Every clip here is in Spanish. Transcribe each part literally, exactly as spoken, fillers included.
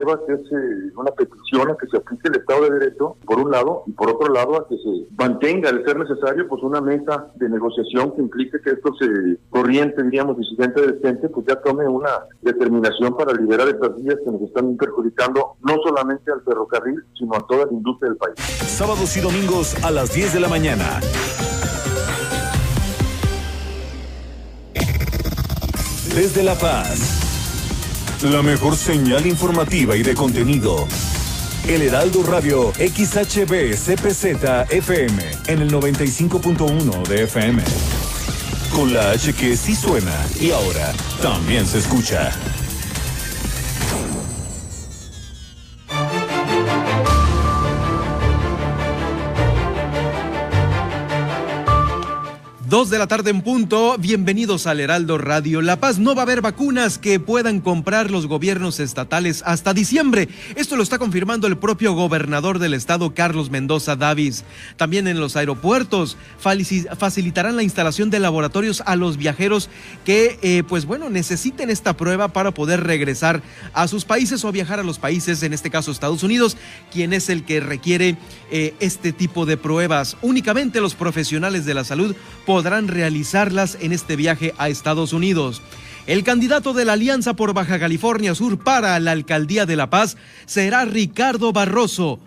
lleva que es eh, una petición a que se aplique el Estado de Derecho, por un lado, y por otro lado a que se mantenga, al ser necesario, pues una mesa de negociación que implique que estos eh, corrientes, diríamos, disidentes del CENTE, pues ya tome una determinación para liberar estas vías que nos están perjudicando no solamente al ferrocarril, sino a toda la industria del país. Sábados y domingos a las diez de la mañana. Desde La Paz, la mejor señal informativa y de contenido. El Heraldo Radio X H B C P Z F M en el noventa y cinco punto uno de F M. Con la H que sí suena y ahora también se escucha. Dos de la tarde en punto, bienvenidos al Heraldo Radio La Paz. No va a haber vacunas que puedan comprar los gobiernos estatales hasta diciembre. Esto lo está confirmando el propio gobernador del estado, Carlos Mendoza Davis. También en los aeropuertos facilitarán la instalación de laboratorios a los viajeros que, eh, pues bueno, necesiten esta prueba para poder regresar a sus países o viajar a los países, en este caso Estados Unidos, quien es el que requiere eh, este tipo de pruebas. Únicamente los profesionales de la salud podrán realizarlas en este viaje a Estados Unidos. El candidato de la Alianza por Baja California Sur para la alcaldía de La Paz será Ricardo Barroso.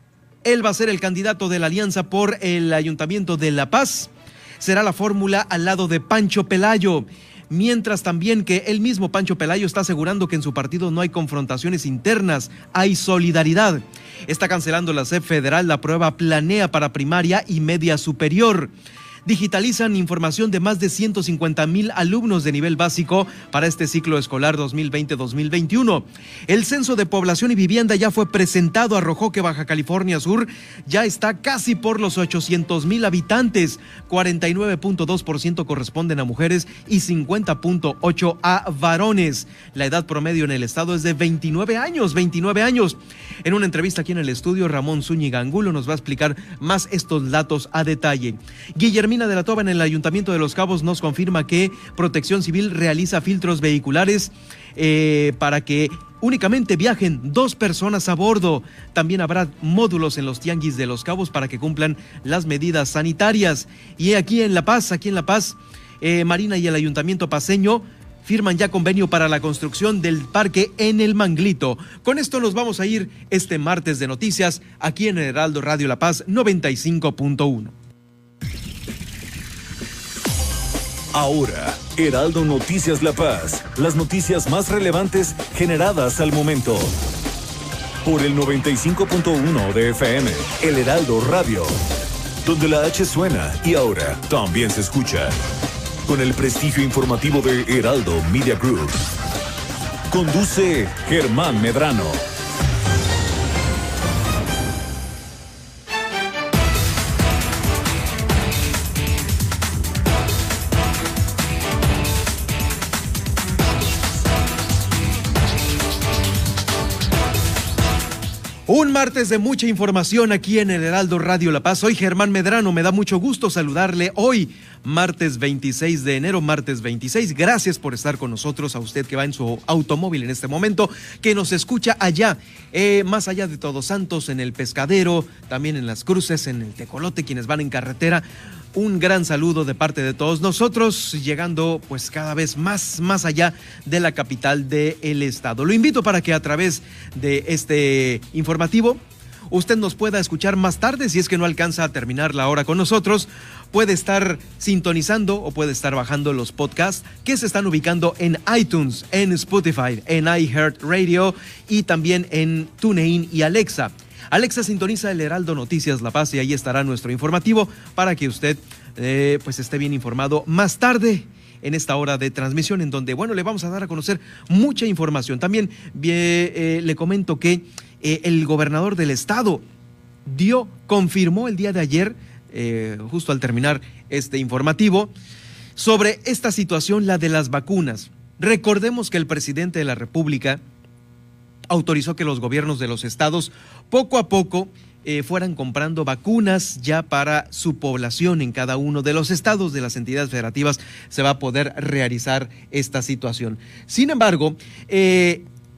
Él va a ser el candidato de la Alianza por el Ayuntamiento de La Paz. Será la fórmula al lado de Pancho Pelayo. Mientras también que el mismo Pancho Pelayo está asegurando que en su partido no hay confrontaciones internas, hay solidaridad. Está cancelando la S E P federal la prueba Planea para primaria y media superior. Digitalizan información de más de ciento cincuenta mil alumnos de nivel básico para este ciclo escolar dos mil veinte dos mil veintiuno. El censo de población y vivienda ya fue presentado, arrojó que Baja California Sur ya está casi por los ochocientos mil habitantes, cuarenta y nueve punto dos por ciento corresponden a mujeres y cincuenta punto ocho por ciento a varones. La edad promedio en el estado es de veintinueve años, veintinueve años. En una entrevista aquí en el estudio, Ramón Zúñiga Angulo nos va a explicar más estos datos a detalle. Guillermina de la Toba en el Ayuntamiento de Los Cabos nos confirma que Protección Civil realiza filtros vehiculares eh, para que únicamente viajen dos personas a bordo. También habrá módulos en los tianguis de Los Cabos para que cumplan las medidas sanitarias. Y aquí en La Paz, aquí en La Paz, eh, Marina y el Ayuntamiento paceño firman ya convenio para la construcción del parque en el Manglito. Con esto nos vamos a ir este martes de noticias aquí en el Heraldo Radio La Paz noventa y cinco punto uno. Ahora, Heraldo Noticias La Paz, las noticias más relevantes generadas al momento. Por el noventa y cinco punto uno de F M, el Heraldo Radio, donde la H suena y ahora también se escucha. Con el prestigio informativo de Heraldo Media Group. Conduce Germán Medrano. Un martes de mucha información aquí en el Heraldo Radio La Paz. Soy Germán Medrano, me da mucho gusto saludarle hoy, martes veintiséis de enero, martes veintiséis. Gracias por estar con nosotros, a usted que va en su automóvil en este momento, que nos escucha allá, eh, más allá de Todos Santos, en el Pescadero, también en Las Cruces, en el Tecolote, quienes van en carretera. Un gran saludo de parte de todos nosotros, llegando pues cada vez más, más allá de la capital del estado. Lo invito para que a través de este informativo usted nos pueda escuchar más tarde, si es que no alcanza a terminar la hora con nosotros. Puede estar sintonizando o puede estar bajando los podcasts que se están ubicando en iTunes, en Spotify, en iHeartRadio y también en TuneIn y Alexa. Alexa sintoniza el Heraldo Noticias La Paz y ahí estará nuestro informativo para que usted eh, pues esté bien informado más tarde en esta hora de transmisión, en donde, bueno, le vamos a dar a conocer mucha información. También eh, le comento que eh, el gobernador del estado dio, confirmó el día de ayer, eh, justo al terminar este informativo, sobre esta situación, la de las vacunas. Recordemos que el presidente de la República autorizó que los gobiernos de los estados poco a poco eh, fueran comprando vacunas ya para su población en cada uno de los estados de las entidades federativas. Se va a poder realizar esta situación. Sin embargo, eh,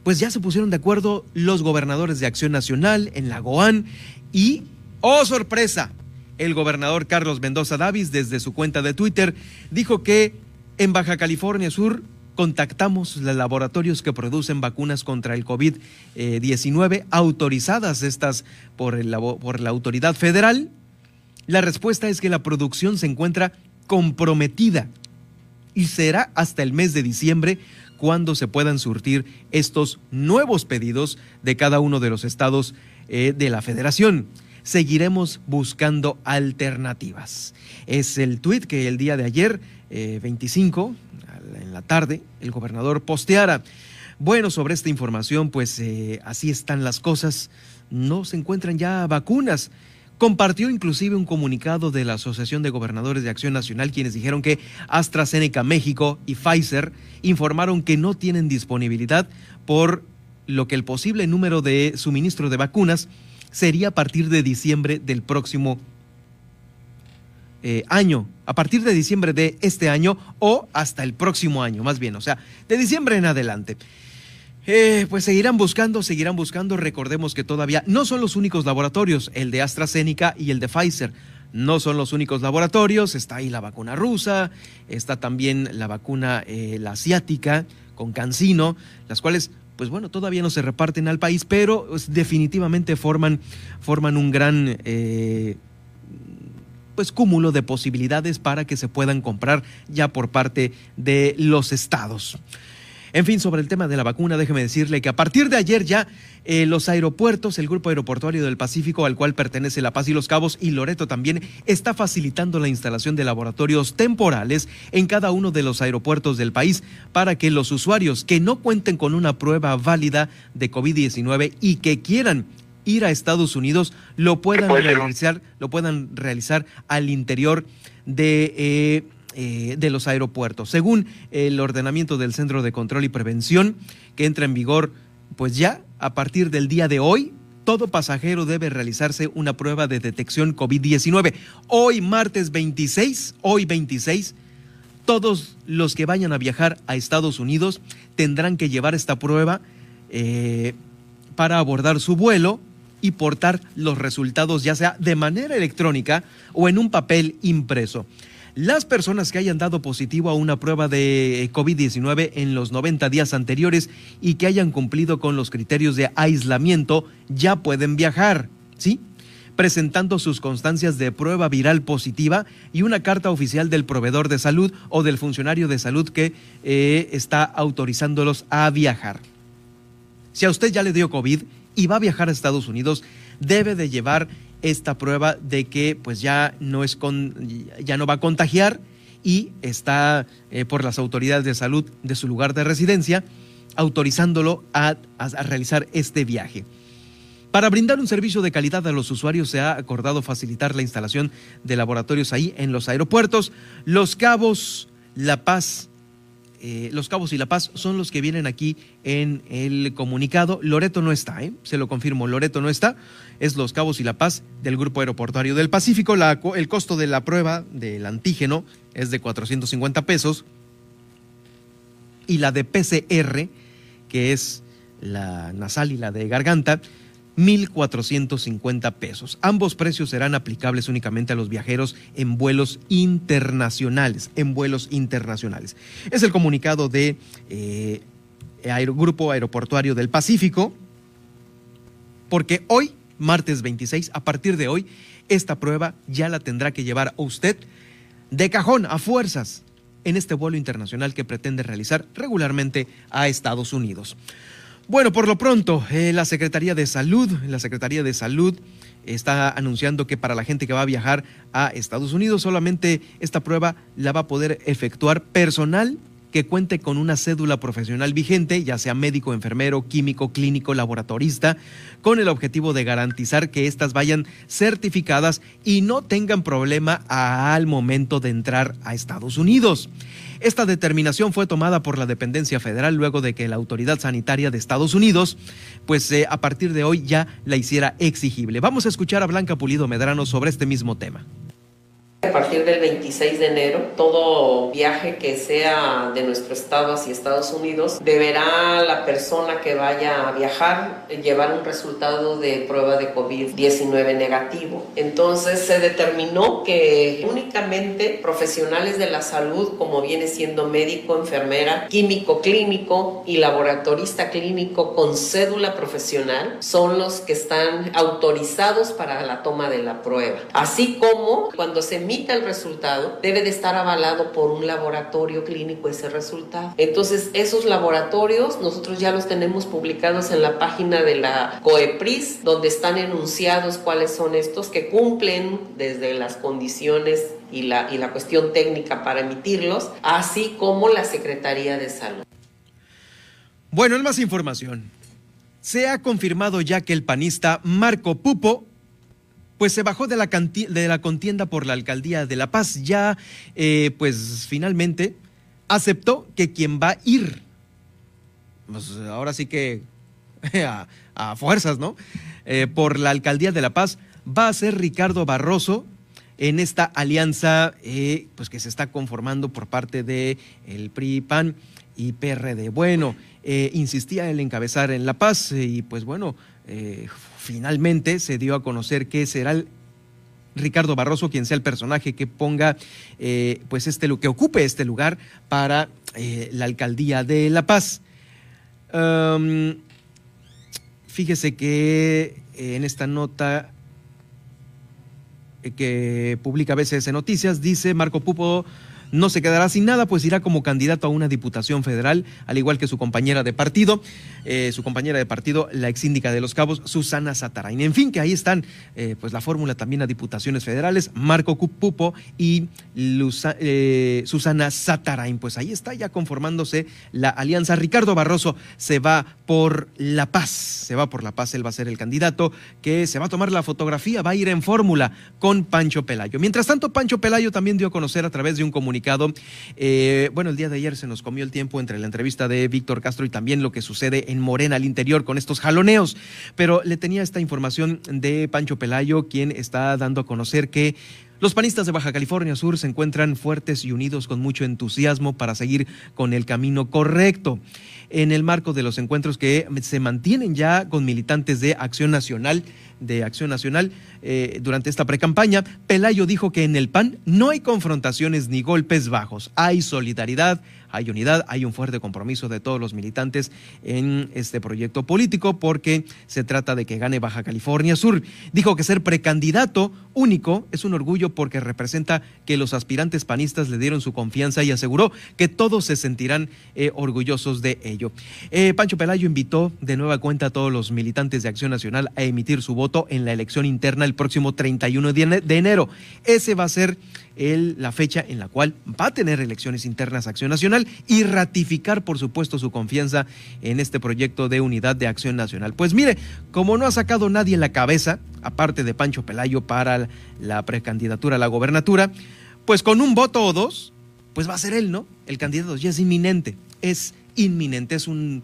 pues ya se pusieron de acuerdo los gobernadores de Acción Nacional en la GOAN y, ¡oh sorpresa!, el gobernador Carlos Mendoza Davis, desde su cuenta de Twitter, dijo que en Baja California Sur contactamos los laboratorios que producen vacunas contra el COVID diecinueve, autorizadas estas por, el, por la autoridad federal. La respuesta es que la producción se encuentra comprometida y será hasta el mes de diciembre cuando se puedan surtir estos nuevos pedidos de cada uno de los estados eh, de la federación. Seguiremos buscando alternativas. Es el tuit que el día de ayer, eh, veinticinco, en la tarde, el gobernador posteara. Bueno, sobre esta información, pues eh, así están las cosas. No se encuentran ya vacunas. Compartió inclusive un comunicado de la Asociación de Gobernadores de Acción Nacional, quienes dijeron que AstraZeneca México y Pfizer informaron que no tienen disponibilidad, por lo que el posible número de suministro de vacunas sería a partir de diciembre del próximo eh, año, a partir de diciembre de este año o hasta el próximo año, más bien, o sea, de diciembre en adelante. Eh, pues seguirán buscando, seguirán buscando. Recordemos que todavía no son los únicos laboratorios, el de AstraZeneca y el de Pfizer. No son los únicos laboratorios, está ahí la vacuna rusa, está también la vacuna, eh, la asiática, con CanSino, las cuales, pues bueno, todavía no se reparten al país, pero pues, definitivamente forman, forman un gran eh, pues cúmulo de posibilidades para que se puedan comprar ya por parte de los estados. En fin, sobre el tema de la vacuna, déjeme decirle que a partir de ayer ya eh, los aeropuertos, el Grupo Aeroportuario del Pacífico, al cual pertenece La Paz y Los Cabos, y Loreto también, está facilitando la instalación de laboratorios temporales en cada uno de los aeropuertos del país para que los usuarios que no cuenten con una prueba válida de COVID diecinueve y que quieran ir a Estados Unidos lo puedan realizar, lo puedan realizar al interior de eh, Eh, de los aeropuertos. Según el ordenamiento del Centro de Control y Prevención, que entra en vigor pues ya a partir del día de hoy, todo pasajero debe realizarse una prueba de detección COVID diecinueve. Hoy martes veintiséis, hoy veintiséis, todos los que vayan a viajar a Estados Unidos tendrán que llevar esta prueba eh, para abordar su vuelo y portar los resultados ya sea de manera electrónica o en un papel impreso. Las personas que hayan dado positivo a una prueba de COVID diecinueve en los noventa días anteriores y que hayan cumplido con los criterios de aislamiento ya pueden viajar, ¿sí? Presentando sus constancias de prueba viral positiva y una carta oficial del proveedor de salud o del funcionario de salud que eh, está autorizándolos a viajar. Si a usted ya le dio COVID y va a viajar a Estados Unidos, debe de llevar esta prueba de que pues ya no es con, ya no va a contagiar y está eh, por las autoridades de salud de su lugar de residencia autorizándolo a, a, a realizar este viaje. Para brindar un servicio de calidad a los usuarios se ha acordado facilitar la instalación de laboratorios ahí en los aeropuertos. Los Cabos, La Paz, Eh, Los Cabos y La Paz son los que vienen aquí en el comunicado. Loreto no está, ¿eh? Se lo confirmo, Loreto no está. Es Los Cabos y La Paz del Grupo Aeroportuario del Pacífico. La, el costo de la prueba del antígeno es de cuatrocientos cincuenta pesos y la de P C R, que es la nasal y la de garganta, mil cuatrocientos cincuenta pesos. Ambos precios serán aplicables únicamente a los viajeros en vuelos internacionales, en vuelos internacionales. Es el comunicado de eh, Aero, Grupo Aeroportuario del Pacífico, porque hoy, martes veintiséis, a partir de hoy, esta prueba ya la tendrá que llevar usted de cajón, a fuerzas, en este vuelo internacional que pretende realizar regularmente a Estados Unidos. Bueno, por lo pronto, eh, la Secretaría de Salud, la Secretaría de Salud está anunciando que para la gente que va a viajar a Estados Unidos, solamente esta prueba la va a poder efectuar personal que cuente con una cédula profesional vigente, ya sea médico, enfermero, químico, clínico, laboratorista, con el objetivo de garantizar que éstas vayan certificadas y no tengan problema al momento de entrar a Estados Unidos. Esta determinación fue tomada por la dependencia federal luego de que la autoridad sanitaria de Estados Unidos, pues eh, a partir de hoy ya la hiciera exigible. Vamos a escuchar a Blanca Pulido Medrano sobre este mismo tema. A partir del veintiséis de enero, todo viaje que sea de nuestro estado hacia Estados Unidos, deberá la persona que vaya a viajar llevar un resultado de prueba de COVID diecinueve negativo. Entonces se determinó que únicamente profesionales de la salud, como viene siendo médico, enfermera, químico clínico y laboratorista clínico con cédula profesional, son los que están autorizados para la toma de la prueba. Así como cuando se emite el resultado, debe de estar avalado por un laboratorio clínico ese resultado. Entonces, esos laboratorios nosotros ya los tenemos publicados en la página de la COEPRIS, donde están enunciados cuáles son estos que cumplen desde las condiciones y la, y la cuestión técnica para emitirlos, así como la Secretaría de Salud. Bueno, en más información, se ha confirmado ya que el panista Marco Pupo pues se bajó de la, de la contienda por la alcaldía de La Paz. Ya, eh, pues finalmente aceptó que quien va a ir, pues ahora sí que a, a fuerzas, ¿no? Eh, por la alcaldía de La Paz va a ser Ricardo Barroso en esta alianza eh, pues que se está conformando por parte de el P R I, P A N y P R D. Bueno, eh, insistía el encabezar en La Paz eh, y pues bueno, eh, finalmente se dio a conocer que será el Ricardo Barroso quien sea el personaje que ponga, eh, pues este, que ocupe este lugar para eh, la alcaldía de La Paz. Um, fíjese que eh, en esta nota eh, que publica B C S Noticias dice: Marco Pupo no se quedará sin nada, pues irá como candidato a una diputación federal, al igual que su compañera de partido, eh, su compañera de partido, la exsíndica de Los Cabos, Susana Satarain. En fin, que ahí están, eh, pues la fórmula también a diputaciones federales, Marco Pupo y Luza, eh, Susana Satarain. Pues ahí está ya conformándose la alianza. Ricardo Barroso se va por La Paz, se va por La Paz, él va a ser el candidato que se va a tomar la fotografía, va a ir en fórmula con Pancho Pelayo. Mientras tanto, Pancho Pelayo también dio a conocer a través de un comunicado Eh, bueno, el día de ayer se nos comió el tiempo entre la entrevista de Víctor Castro y también lo que sucede en Morena al interior con estos jaloneos, pero le tenía esta información de Pancho Pelayo, quien está dando a conocer que los panistas de Baja California Sur se encuentran fuertes y unidos con mucho entusiasmo para seguir con el camino correcto. En el marco de los encuentros que se mantienen ya con militantes de Acción Nacional, de Acción Nacional eh, durante esta precampaña, Pelayo dijo que en el P A N no hay confrontaciones ni golpes bajos, hay solidaridad, hay unidad, hay un fuerte compromiso de todos los militantes en este proyecto político porque se trata de que gane Baja California Sur. Dijo que ser precandidato único es un orgullo porque representa que los aspirantes panistas le dieron su confianza y aseguró que todos se sentirán eh, orgullosos de ello. Eh, Pancho Pelayo invitó de nueva cuenta a todos los militantes de Acción Nacional a emitir su voto en la elección interna el próximo treinta y uno de enero. Ese va a ser el, la fecha en la cual va a tener elecciones internas Acción Nacional y ratificar, por supuesto, su confianza en este proyecto de unidad de Acción Nacional. Pues mire, como no ha sacado nadie la cabeza, aparte de Pancho Pelayo, para la precandidatura a la gobernatura, pues con un voto o dos, pues va a ser él, ¿no? El candidato ya es inminente, es inminente, es un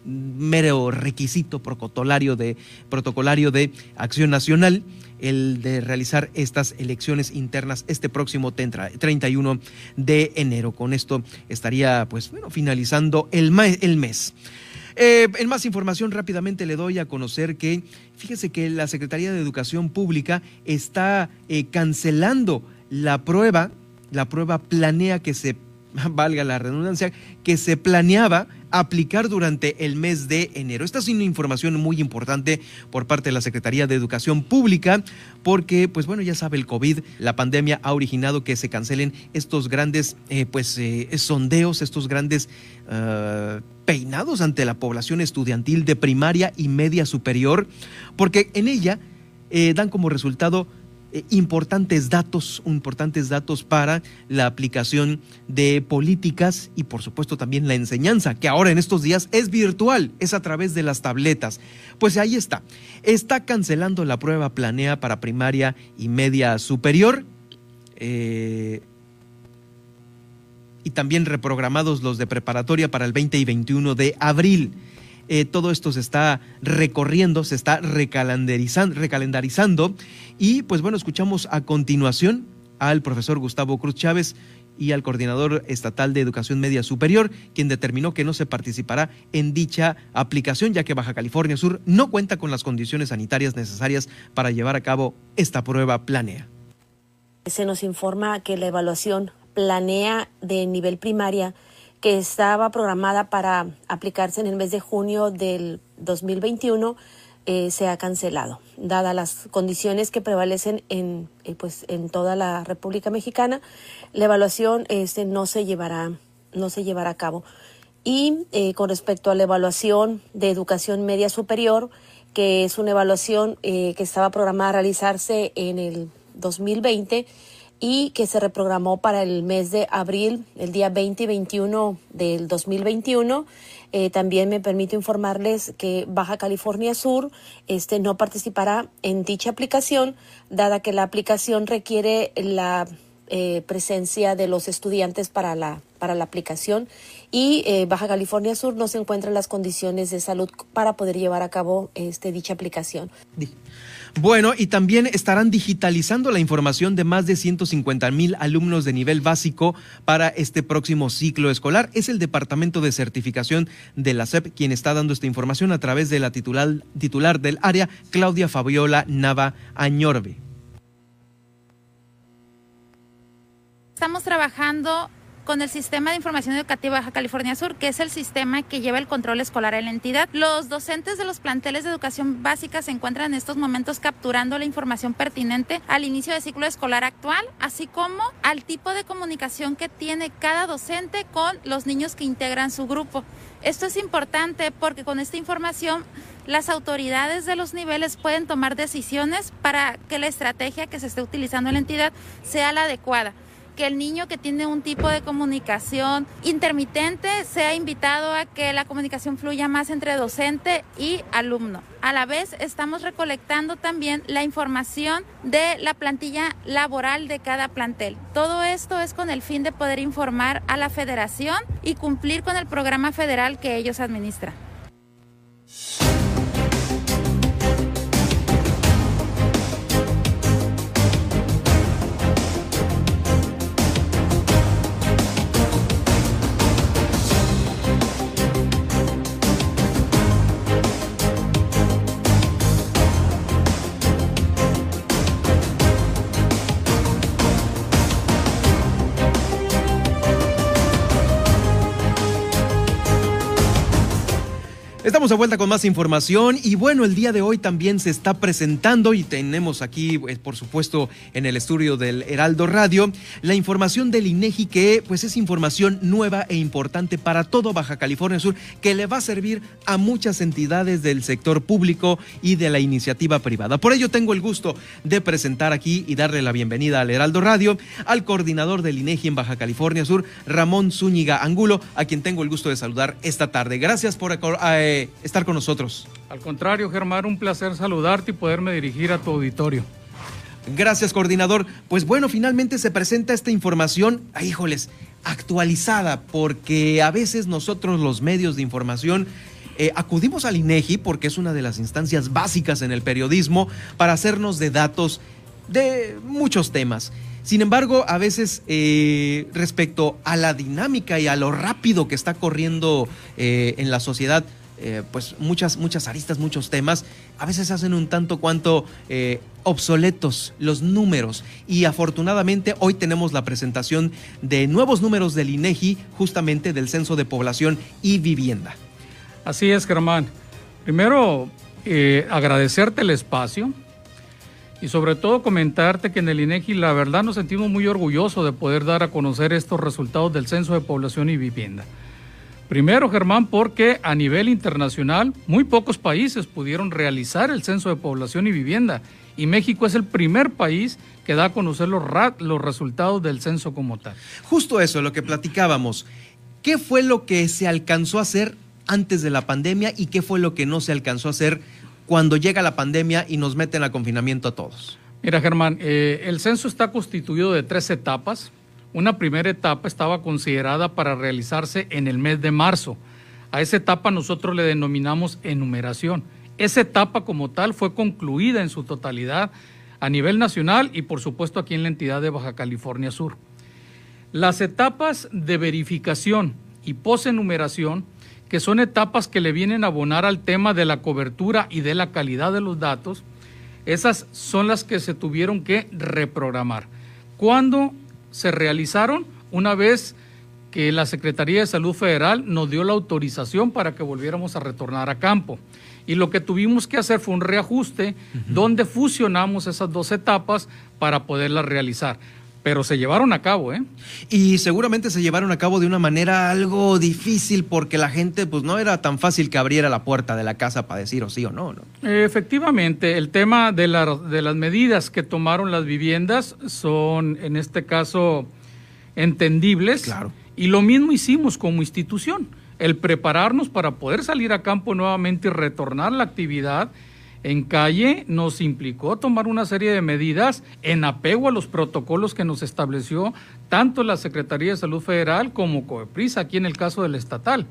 mero requisito protocolario de, protocolario de Acción Nacional el de realizar estas elecciones internas este próximo treinta y uno de enero. Con esto estaría, pues, bueno, finalizando el, ma el mes. Eh, en más información, rápidamente le doy a conocer que, fíjese que la Secretaría de Educación Pública está eh, cancelando la prueba, la prueba planea que se, valga la redundancia, que se planeaba aplicar durante el mes de enero. Esta es una información muy importante por parte de la Secretaría de Educación Pública, porque, pues bueno, ya sabe, el COVID, la pandemia ha originado que se cancelen estos grandes, eh, pues, eh, sondeos, estos grandes uh, peinados ante la población estudiantil de primaria y media superior, porque en ella eh, dan como resultado importantes datos, importantes datos para la aplicación de políticas y por supuesto también la enseñanza, que ahora en estos días es virtual, es a través de las tabletas. Pues ahí está, está cancelando la prueba planea para primaria y media superior, eh, y también reprogramados los de preparatoria para el veinte y veintiuno de abril. Eh, todo esto se está recorriendo, se está recalendarizando, recalendarizando y pues bueno, escuchamos a continuación al profesor Gustavo Cruz Chávez y al coordinador estatal de educación media superior, quien determinó que no se participará en dicha aplicación, ya que Baja California Sur no cuenta con las condiciones sanitarias necesarias para llevar a cabo esta prueba planea. Se nos informa que la evaluación planea de nivel primaria, que estaba programada para aplicarse en el mes de junio del dos mil veintiuno, eh, se ha cancelado, dadas las condiciones que prevalecen en, eh, pues, en toda la República Mexicana. La evaluación este, no se llevará, no se llevará a cabo. Y eh, con respecto a la evaluación de educación media superior, que es una evaluación eh, que estaba programada a realizarse en el dos mil veinte y que se reprogramó para el mes de abril, el día veinte y veintiuno del dos mil veintiuno. Eh, también me permito informarles que Baja California Sur este, no participará en dicha aplicación, dada que la aplicación requiere la eh, presencia de los estudiantes para la, para la aplicación, y eh, Baja California Sur no se encuentra en las condiciones de salud para poder llevar a cabo este, dicha aplicación. Bueno, y también estarán digitalizando la información de más de ciento cincuenta mil alumnos de nivel básico para este próximo ciclo escolar. Es el Departamento de Certificación de la S E P quien está dando esta información a través de la titular, titular del área, Claudia Fabiola Nava Añorbe. Estamos trabajando con el Sistema de Información Educativa Baja California Sur, que es el sistema que lleva el control escolar en la entidad. Los docentes de los planteles de educación básica se encuentran en estos momentos capturando la información pertinente al inicio del ciclo escolar actual, así como al tipo de comunicación que tiene cada docente con los niños que integran su grupo. Esto es importante porque con esta información las autoridades de los niveles pueden tomar decisiones para que la estrategia que se esté utilizando en la entidad sea la adecuada. Que el niño que tiene un tipo de comunicación intermitente sea invitado a que la comunicación fluya más entre docente y alumno. A la vez estamos recolectando también la información de la plantilla laboral de cada plantel. Todo esto es con el fin de poder informar a la federación y cumplir con el programa federal que ellos administran. Estamos de vuelta con más información y bueno, el día de hoy también se está presentando y tenemos aquí, pues, por supuesto, en el estudio del Heraldo Radio, la información del INEGI, que pues es información nueva e importante para todo Baja California Sur, que le va a servir a muchas entidades del sector público y de la iniciativa privada. Por ello tengo el gusto de presentar aquí y darle la bienvenida al Heraldo Radio al coordinador del INEGI en Baja California Sur, Ramón Zúñiga Angulo, a quien tengo el gusto de saludar esta tarde. Gracias por eh, estar con nosotros. Al contrario, Germán, un placer saludarte y poderme dirigir a tu auditorio. Gracias, coordinador. Pues bueno, finalmente se presenta esta información, ah, híjoles, actualizada, porque a veces nosotros los medios de información eh, acudimos al INEGI porque es una de las instancias básicas en el periodismo para hacernos de datos de muchos temas. Sin embargo, a veces eh, respecto a la dinámica y a lo rápido que está corriendo eh, en la sociedad, Eh, pues muchas, muchas aristas, muchos temas, a veces hacen un tanto cuanto eh, obsoletos los números, y afortunadamente hoy tenemos la presentación de nuevos números del INEGI, justamente del Censo de Población y Vivienda. Así es, Germán. Primero, eh, agradecerte el espacio y sobre todo comentarte que en el INEGI la verdad nos sentimos muy orgullosos de poder dar a conocer estos resultados del Censo de Población y Vivienda. Primero, Germán, porque a nivel internacional muy pocos países pudieron realizar el Censo de Población y Vivienda, y México es el primer país que da a conocer los, los resultados del censo como tal. Justo eso, lo que platicábamos. ¿Qué fue lo que se alcanzó a hacer antes de la pandemia y qué fue lo que no se alcanzó a hacer cuando llega la pandemia y nos meten a confinamiento a todos? Mira, Germán, eh, el censo está constituido de tres etapas. Una primera etapa estaba considerada para realizarse en el mes de marzo. A esa etapa nosotros le denominamos enumeración. Esa etapa como tal fue concluida en su totalidad a nivel nacional y por supuesto aquí en la entidad de Baja California Sur. Las etapas de verificación y posenumeración, que son etapas que le vienen a abonar al tema de la cobertura y de la calidad de los datos, esas son las que se tuvieron que reprogramar. ¿Cuándo se realizaron? Una vez que la Secretaría de Salud Federal nos dio la autorización para que volviéramos a retornar a campo. Y lo que tuvimos que hacer fue un reajuste, uh-huh, donde fusionamos esas dos etapas para poderlas realizar. Pero se llevaron a cabo, ¿eh? Y seguramente se llevaron a cabo de una manera algo difícil, porque la gente, pues no era tan fácil que abriera la puerta de la casa para decir o sí o no, ¿no? Efectivamente, el tema de, la, de las medidas que tomaron las viviendas son, en este caso, entendibles. Claro. Y lo mismo hicimos como institución, el prepararnos para poder salir a campo nuevamente y retornar la actividad en calle nos implicó tomar una serie de medidas en apego a los protocolos que nos estableció tanto la Secretaría de Salud Federal como COEPRIS, aquí en el caso del estatal.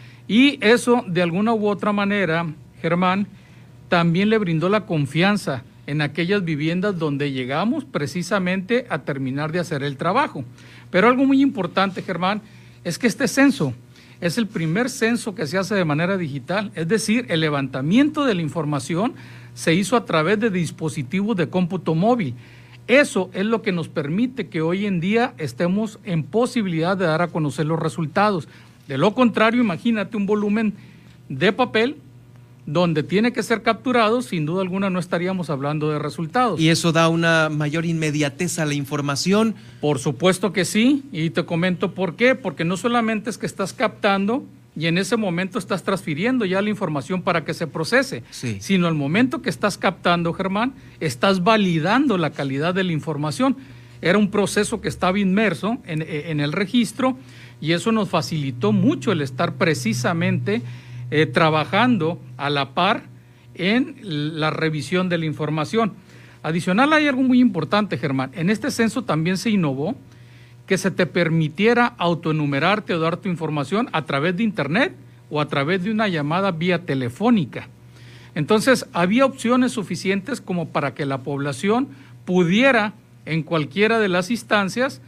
Y eso, de alguna u otra manera, Germán, también le brindó la confianza en aquellas viviendas donde llegamos precisamente a terminar de hacer el trabajo. Pero algo muy importante, Germán, es que este censo es el primer censo que se hace de manera digital, es decir, el levantamiento de la información se hizo a través de dispositivos de cómputo móvil. Eso es lo que nos permite que hoy en día estemos en posibilidad de dar a conocer los resultados. De lo contrario, imagínate un volumen de papel donde tiene que ser capturado, sin duda alguna no estaríamos hablando de resultados. ¿Y eso da una mayor inmediatez a la información? Por supuesto que sí, y te comento por qué, porque no solamente es que estás captando y en ese momento estás transfiriendo ya la información para que se procese, sí, sino al momento que estás captando, Germán, estás validando la calidad de la información. Era un proceso que estaba inmerso en, en el registro y eso nos facilitó mucho el estar precisamente Eh, trabajando a la par en la revisión de la información. Adicional, hay algo muy importante, Germán. En este censo también se innovó que se te permitiera autoenumerarte o dar tu información a través de internet o a través de una llamada vía telefónica. Entonces, había opciones suficientes como para que la población pudiera, en cualquiera de las instancias,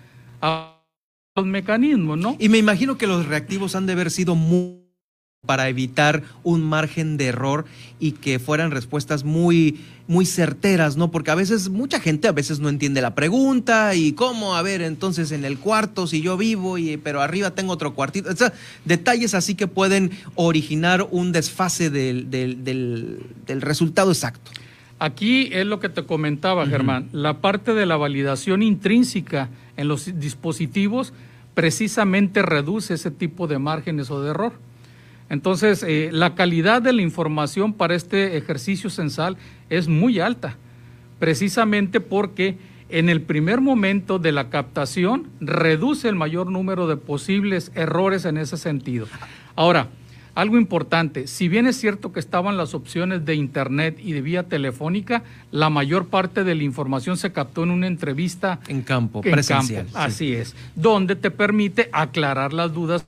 a los mecanismos, ¿no? Y me imagino que los reactivos han de haber sido muy para evitar un margen de error y que fueran respuestas muy, muy certeras, ¿no? Porque a veces, mucha gente a veces no entiende la pregunta y cómo, a ver, entonces en el cuarto, si yo vivo, y pero arriba tengo otro cuartito, o sea, detalles así que pueden originar un desfase del, del, del, del resultado exacto. Aquí es lo que te comentaba, uh-huh, Germán, la parte de la validación intrínseca en los dispositivos precisamente reduce ese tipo de márgenes o de error. Entonces, eh, la calidad de la información para este ejercicio censal es muy alta, precisamente porque en el primer momento de la captación reduce el mayor número de posibles errores en ese sentido. Ahora, algo importante, si bien es cierto que estaban las opciones de internet y de vía telefónica, la mayor parte de la información se captó en una entrevista en campo, en presencial. Campo, así sí. es, donde te permite aclarar las dudas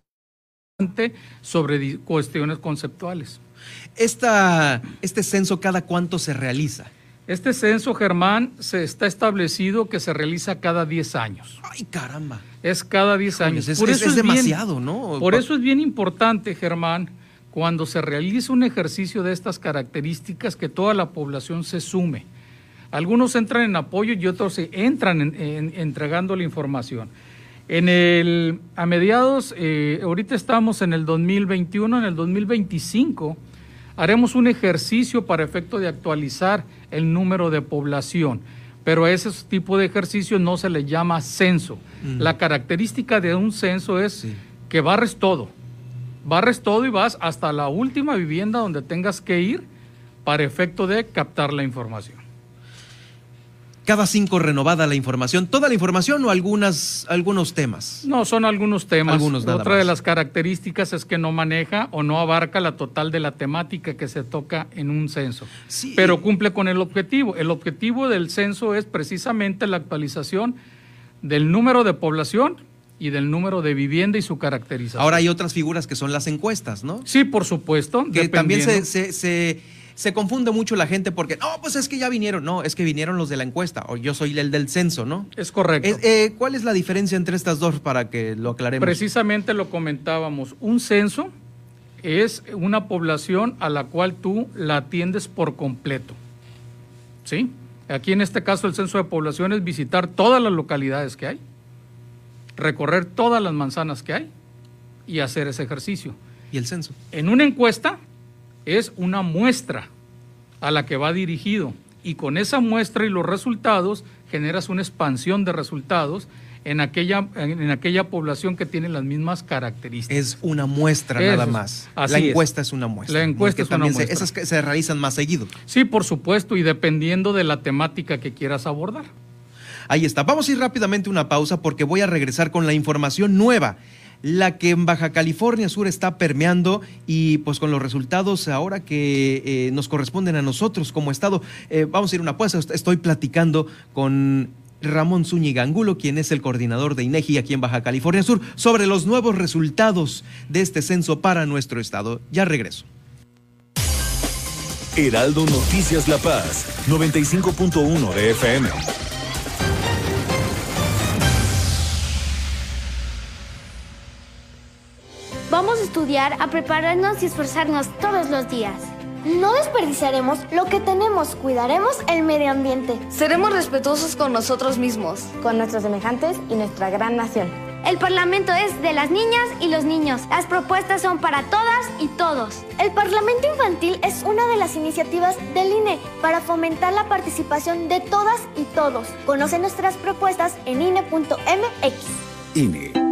sobre cuestiones conceptuales. Esta, ¿Este censo cada cuánto se realiza? Este censo, Germán, se está establecido que se realiza cada diez años. ¡Ay, caramba! Es cada diez años. Es, por es, eso es es demasiado, bien, ¿no? Por eso es bien importante, Germán, cuando se realiza un ejercicio de estas características, que toda la población se sume. Algunos entran en apoyo y otros entran en, en, entregando la información. En el, a mediados, eh, ahorita estamos en el dos mil veintiuno, en el dos mil veinticinco, haremos un ejercicio para efecto de actualizar el número de población, pero a ese tipo de ejercicio no se le llama censo. Mm. La característica de un censo es sí. que barres todo, barres todo y vas hasta la última vivienda donde tengas que ir para efecto de captar la información. Cada cinco renovada la información, ¿toda la información o algunas, algunos temas? No, son algunos temas. Algunos nada Otra más. de las características es que no maneja o no abarca la total de la temática que se toca en un censo. Sí. Pero cumple con el objetivo. El objetivo del censo es precisamente la actualización del número de población y del número de vivienda y su caracterización. Ahora hay otras figuras que son las encuestas, ¿no? Sí, por supuesto. Que también se... se, se se confunde mucho la gente porque, no, pues es que ya vinieron. No, es que vinieron los de la encuesta, o yo soy el del censo, ¿no? Es correcto. Es, eh, ¿Cuál es la diferencia entre estas dos para que lo aclaremos? Precisamente lo comentábamos. Un censo es una población a la cual tú la atiendes por completo, ¿sí? Aquí en este caso el censo de población es visitar todas las localidades que hay, recorrer todas las manzanas que hay y hacer ese ejercicio. ¿Y el censo? En una encuesta es una muestra a la que va dirigido y con esa muestra y los resultados generas una expansión de resultados en aquella, en, en aquella población que tiene las mismas características. Es una muestra Eso, nada más. Así la encuesta es. es una muestra. La encuesta es una muestra. Se, esas que se realizan más seguido. Sí, por supuesto, y dependiendo de la temática que quieras abordar. Ahí está. Vamos a ir rápidamente a una pausa porque voy a regresar con la información nueva, la que en Baja California Sur está permeando y pues con los resultados ahora que eh, nos corresponden a nosotros como Estado. Eh, vamos a ir a una pausa. Estoy platicando con Ramón Zúñiga Angulo, quien es el coordinador de INEGI aquí en Baja California Sur, sobre los nuevos resultados de este censo para nuestro estado. Ya regreso. Heraldo Noticias La Paz, noventa y cinco punto uno de F M. Vamos a estudiar, a prepararnos y esforzarnos todos los días. No desperdiciaremos lo que tenemos, cuidaremos el medio ambiente. Seremos respetuosos con nosotros mismos, con nuestros semejantes y nuestra gran nación. El Parlamento es de las niñas y los niños. Las propuestas son para todas y todos. El Parlamento Infantil es una de las iniciativas del I N E para fomentar la participación de todas y todos. Conoce nuestras propuestas en I N E punto M X. I N E.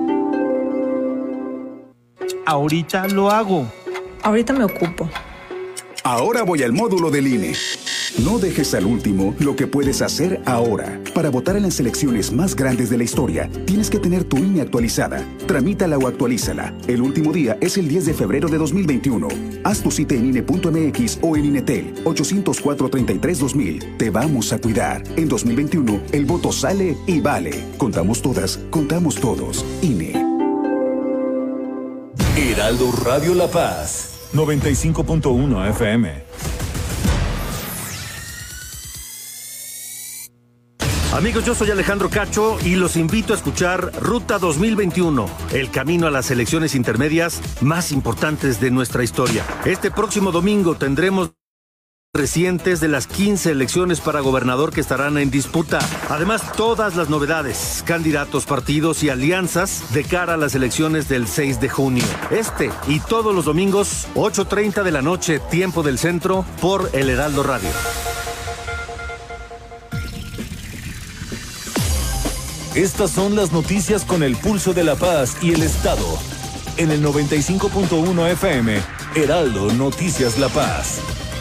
Ahorita lo hago. Ahorita me ocupo. Ahora voy al módulo del I N E. No dejes al último lo que puedes hacer ahora. Para votar en las elecciones más grandes de la historia, tienes que tener tu I N E actualizada. Tramítala o actualízala. El último día es el diez de febrero de dos mil veintiuno. Haz tu cita en I N E punto M X o en INETEL ocho cero cuatro, treinta y tres, dos mil. Te vamos a cuidar. En dos mil veintiuno, el voto sale y vale. Contamos todas, contamos todos. I N E. Heraldo Radio La Paz, noventa y cinco punto uno F M. Amigos, yo soy Alejandro Cacho y los invito a escuchar Ruta dos mil veintiuno, el camino a las elecciones intermedias más importantes de nuestra historia. Este próximo domingo tendremos recientes de las quince elecciones para gobernador que estarán en disputa. Además, todas las novedades, candidatos, partidos y alianzas de cara a las elecciones del seis de junio. Este y todos los domingos, ocho treinta de la noche, tiempo del centro, por El Heraldo Radio. Estas son las noticias con el pulso de La Paz y el Estado. En el noventa y cinco punto uno F M, Heraldo Noticias La Paz.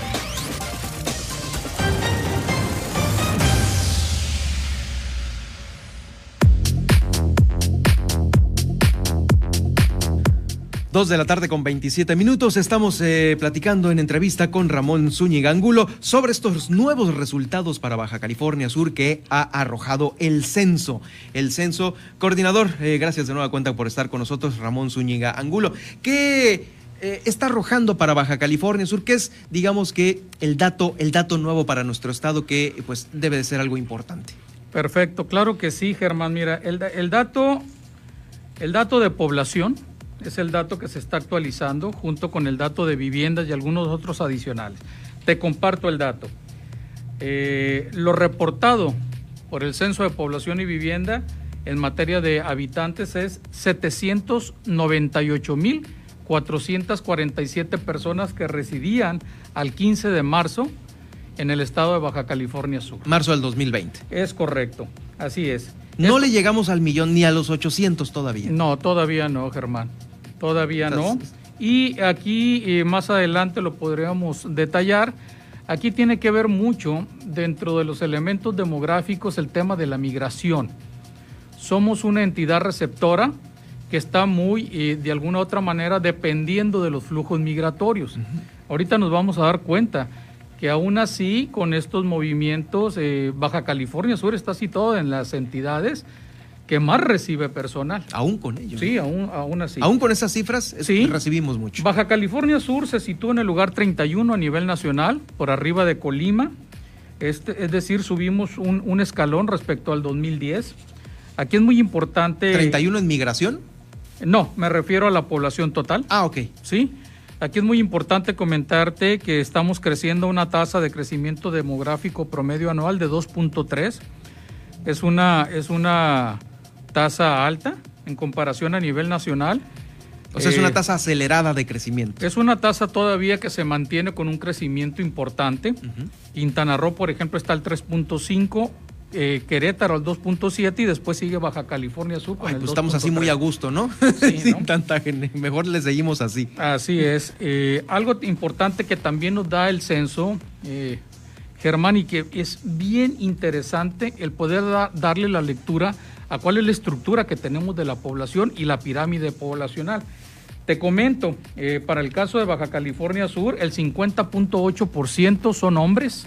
Dos de la tarde con veintisiete minutos. Estamos eh, platicando en entrevista con Ramón Zúñiga Angulo sobre estos nuevos resultados para Baja California Sur que ha arrojado el censo. El censo, coordinador, eh, gracias de nueva cuenta por estar con nosotros, Ramón Zúñiga Angulo. ¿Qué eh, está arrojando para Baja California Sur? ¿Qué es, digamos que, el dato, el dato nuevo para nuestro estado que pues debe de ser algo importante? Perfecto, claro que sí, Germán. Mira, el, el dato, el dato de población es el dato que se está actualizando junto con el dato de viviendas y algunos otros adicionales. Te comparto el dato. Eh, lo reportado por el Censo de Población y Vivienda en materia de habitantes es setecientos noventa y ocho mil cuatrocientas cuarenta y siete personas que residían al quince de marzo en el estado de Baja California Sur. Marzo del dos mil veinte. Es correcto, así es. No Esto... le llegamos al millón ni a los ochocientos todavía. No, todavía no, Germán. Todavía no. Y aquí eh, más adelante lo podríamos detallar. Aquí tiene que ver mucho dentro de los elementos demográficos el tema de la migración. Somos una entidad receptora que está muy, eh, de alguna u otra manera, dependiendo de los flujos migratorios. Uh-huh. Ahorita nos vamos a dar cuenta que aún así, con estos movimientos, eh, Baja California Sur está situado en las entidades que más recibe personal. Aún con ello. Sí, aún, aún así. Aún con esas cifras, es sí. que recibimos mucho. Baja California Sur se sitúa en el lugar treinta y uno a nivel nacional, por arriba de Colima. Este, es decir, subimos un, un escalón respecto al dos mil diez. Aquí es muy importante... ¿treinta y uno en migración? No, me refiero a la población total. Ah, ok. Sí. Aquí es muy importante comentarte que estamos creciendo a una tasa de crecimiento demográfico promedio anual de dos punto tres. Es una, es una tasa alta en comparación a nivel nacional. O sea, eh, es una tasa acelerada de crecimiento. Es una tasa todavía que se mantiene con un crecimiento importante. Uh-huh. Quintana Roo, por ejemplo, está al tres punto cinco, eh, Querétaro al dos punto siete y después sigue Baja California Sur con Ay, el pues dos punto tres. Estamos así muy a gusto, ¿no? Sí, Sin ¿no? tanta gente. Mejor le seguimos así. Así es. Eh, algo importante que también nos da el censo, eh, Germán, y que es bien interesante el poder da, darle la lectura a cuál es la estructura que tenemos de la población y la pirámide poblacional. Te comento, eh, para el caso de Baja California Sur, el cincuenta punto ocho por ciento son hombres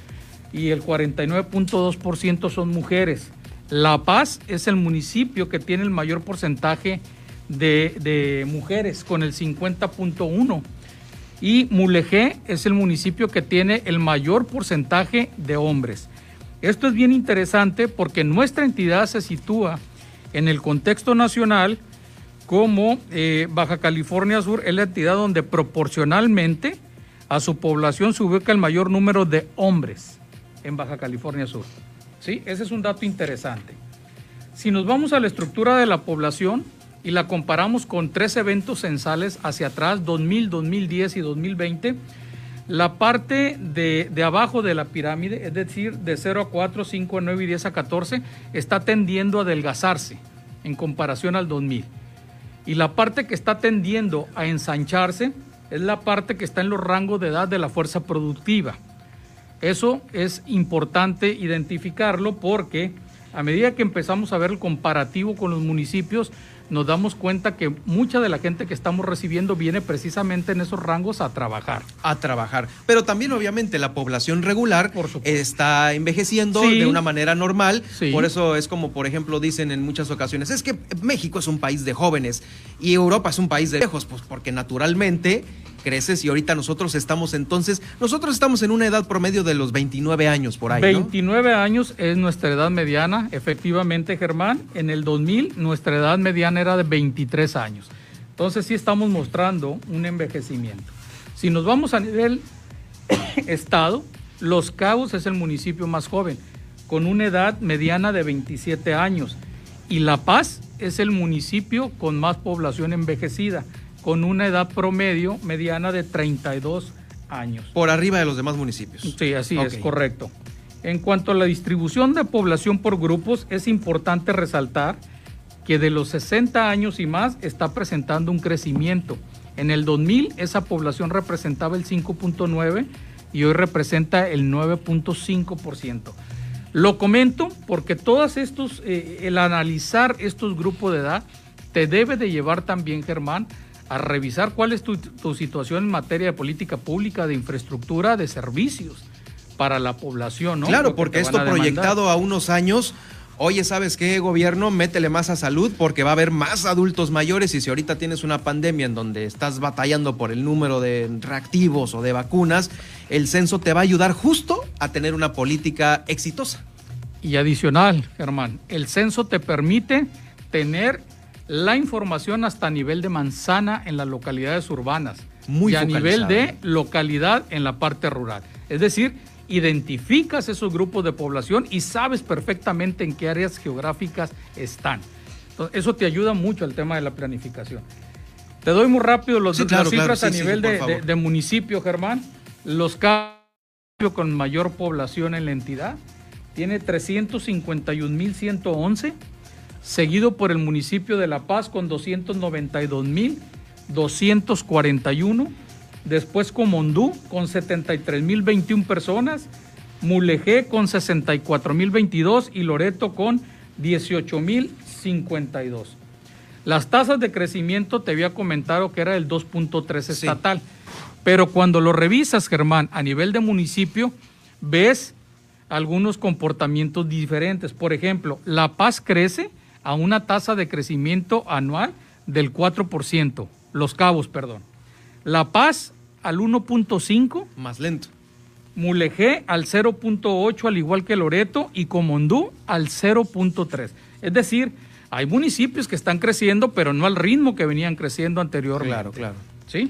y el cuarenta y nueve punto dos por ciento son mujeres. La Paz es el municipio que tiene el mayor porcentaje de, de mujeres, con el cincuenta punto uno por ciento. Y Mulegé es el municipio que tiene el mayor porcentaje de hombres. Esto es bien interesante porque nuestra entidad se sitúa en el contexto nacional como eh, Baja California Sur es la entidad donde proporcionalmente a su población se ubica el mayor número de hombres en Baja California Sur. ¿Sí? Ese es un dato interesante. Si nos vamos a la estructura de la población y la comparamos con tres eventos censales hacia atrás, dos mil, dos mil diez y dos mil veinte, la parte de, de abajo de la pirámide, es decir, de cero a cuatro, cinco a nueve y diez a catorce, está tendiendo a adelgazarse en comparación al dos mil. Y la parte que está tendiendo a ensancharse es la parte que está en los rangos de edad de la fuerza productiva. Eso es importante identificarlo porque a medida que empezamos a ver el comparativo con los municipios, nos damos cuenta que mucha de la gente que estamos recibiendo viene precisamente en esos rangos a trabajar. A trabajar. Pero también, obviamente, la población regular está envejeciendo sí. de una manera normal. Sí. Por eso es como, por ejemplo, dicen en muchas ocasiones, es que México es un país de jóvenes y Europa es un país de viejos, pues porque naturalmente creces y ahorita nosotros estamos entonces, nosotros estamos en una edad promedio de los veintinueve años por ahí, ¿no? veintinueve años es nuestra edad mediana, efectivamente, Germán. En el dos mil nuestra edad mediana era de veintitrés años. Entonces sí estamos mostrando un envejecimiento. Si nos vamos a nivel estado, Los Cabos es el municipio más joven, con una edad mediana de veintisiete años. Y La Paz es el municipio con más población envejecida, con una edad promedio mediana de treinta y dos años. Por arriba de los demás municipios. Sí, así okay. es, correcto. En cuanto a la distribución de población por grupos, es importante resaltar que de los sesenta años y más está presentando un crecimiento. En el dos mil esa población representaba el cinco punto nueve por ciento y hoy representa el nueve punto cinco por ciento. Lo comento porque todos estos, eh, el analizar estos grupos de edad te debe de llevar también, Germán, a revisar cuál es tu, tu situación en materia de política pública, de infraestructura, de servicios para la población, ¿no? Claro, Porque porque esto proyectado a unos años, oye, ¿sabes qué, gobierno? Métele más a salud porque va a haber más adultos mayores y si ahorita tienes una pandemia en donde estás batallando por el número de reactivos o de vacunas, el censo te va a ayudar justo a tener una política exitosa. Y adicional, Germán, el censo te permite tener la información hasta nivel de manzana en las localidades urbanas. Muy y a nivel de localidad en la parte rural. Es decir, identificas esos grupos de población y sabes perfectamente en qué áreas geográficas están. Entonces, eso te ayuda mucho al tema de la planificación. Te doy muy rápido los, sí, claro, las cifras claro, sí, a nivel sí, sí, de, de, de municipio, Germán. Los Cabos con mayor población en la entidad tiene trescientos cincuenta y un mil ciento once, seguido por el municipio de La Paz con doscientos noventa y dos mil doscientos cuarenta y uno, después Comondú con setenta y tres mil veintiuna personas, Mulegé con sesenta y cuatro mil veintidós y Loreto con dieciocho mil cincuenta y dos. Las tasas de crecimiento te había comentado que era el dos punto tres estatal, sí. Pero cuando lo revisas, Germán, a nivel de municipio, ves algunos comportamientos diferentes. Por ejemplo, La Paz crece a una tasa de crecimiento anual del cuatro por ciento. Los Cabos, perdón. La Paz al uno punto cinco. Más lento. Mulegé al cero punto ocho, al igual que Loreto, y Comondú al cero punto tres. Es decir, hay municipios que están creciendo, pero no al ritmo que venían creciendo anteriormente. Claro, claro. ¿Sí?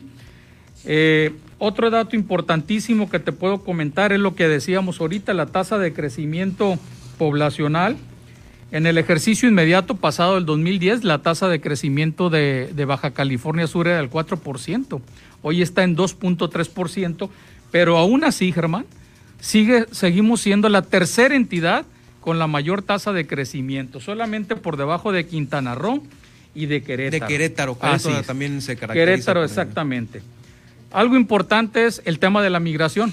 Eh, otro dato importantísimo que te puedo comentar es lo que decíamos ahorita, la tasa de crecimiento poblacional. En el ejercicio inmediato pasado del dos mil diez, la tasa de crecimiento de, de Baja California Sur era del cuatro por ciento. Hoy está en dos punto tres por ciento, pero aún así, Germán, sigue, seguimos siendo la tercera entidad con la mayor tasa de crecimiento, solamente por debajo de Quintana Roo y de Querétaro. De Querétaro, Querétaro también se caracteriza. Querétaro, exactamente. Algo importante es el tema de la migración.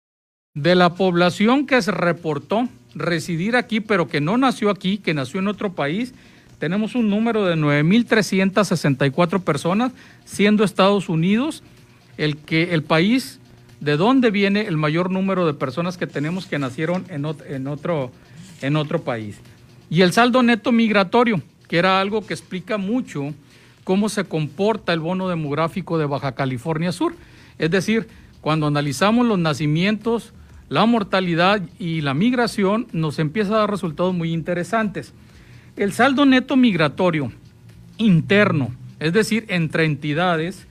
De la población que se reportó residir aquí, pero que no nació aquí, que nació en otro país, tenemos un número de nueve mil trescientas sesenta y cuatro personas, siendo Estados Unidos el, que, el país de donde viene el mayor número de personas que tenemos que nacieron en, ot- en, otro, en otro país. Y el saldo neto migratorio, que era algo que explica mucho cómo se comporta el bono demográfico de Baja California Sur. Es decir, cuando analizamos los nacimientos, la mortalidad y la migración, nos empieza a dar resultados muy interesantes. El saldo neto migratorio interno, es decir, entre entidades,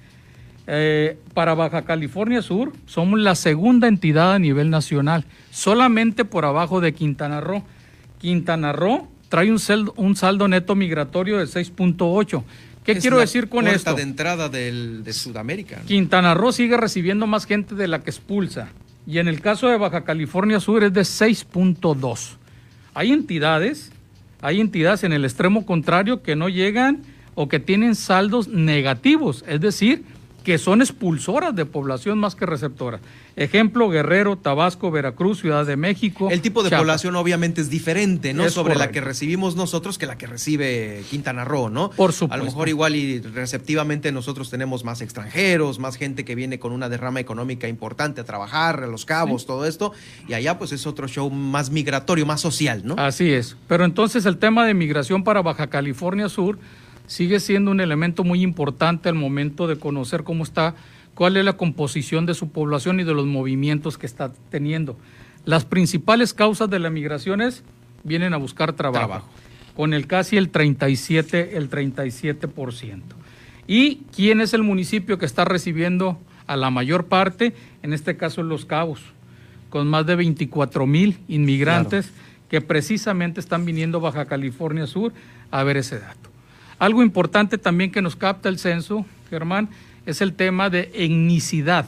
eh, para Baja California Sur somos la segunda entidad a nivel nacional, solamente por abajo de Quintana Roo. Quintana Roo trae un saldo, un saldo neto migratorio de seis punto ocho. ¿Qué es quiero la decir con puerta esto? De entrada del, de Sudamérica. Quintana Roo sigue recibiendo más gente de la que expulsa, y en el caso de Baja California Sur es de seis punto dos. Hay entidades, hay entidades en el extremo contrario que no llegan o que tienen saldos negativos, es decir, que son expulsoras de población más que receptoras. Ejemplo, Guerrero, Tabasco, Veracruz, Ciudad de México. El tipo de Chiapas. Población obviamente es diferente, ¿no? Es Sobre correcto. la que recibimos nosotros que la que recibe Quintana Roo, ¿no? Por supuesto. A lo mejor igual y receptivamente nosotros tenemos más extranjeros, más gente que viene con una derrama económica importante a trabajar, a Los Cabos, sí. Todo esto. Y allá pues es otro show más migratorio, más social, ¿no? Así es. Pero entonces el tema de migración para Baja California Sur sigue siendo un elemento muy importante al momento de conocer cómo está, cuál es la composición de su población y de los movimientos que está teniendo. Las principales causas de la migración es, vienen a buscar trabajo, trabajo. con el casi el treinta y siete, el treinta y siete por ciento. ¿Y quién es el municipio que está recibiendo a la mayor parte? En este caso Los Cabos, con más de veinticuatro mil inmigrantes claro. que precisamente están viniendo a Baja California Sur a ver ese dato. Algo importante también que nos capta el censo, Germán, es el tema de etnicidad.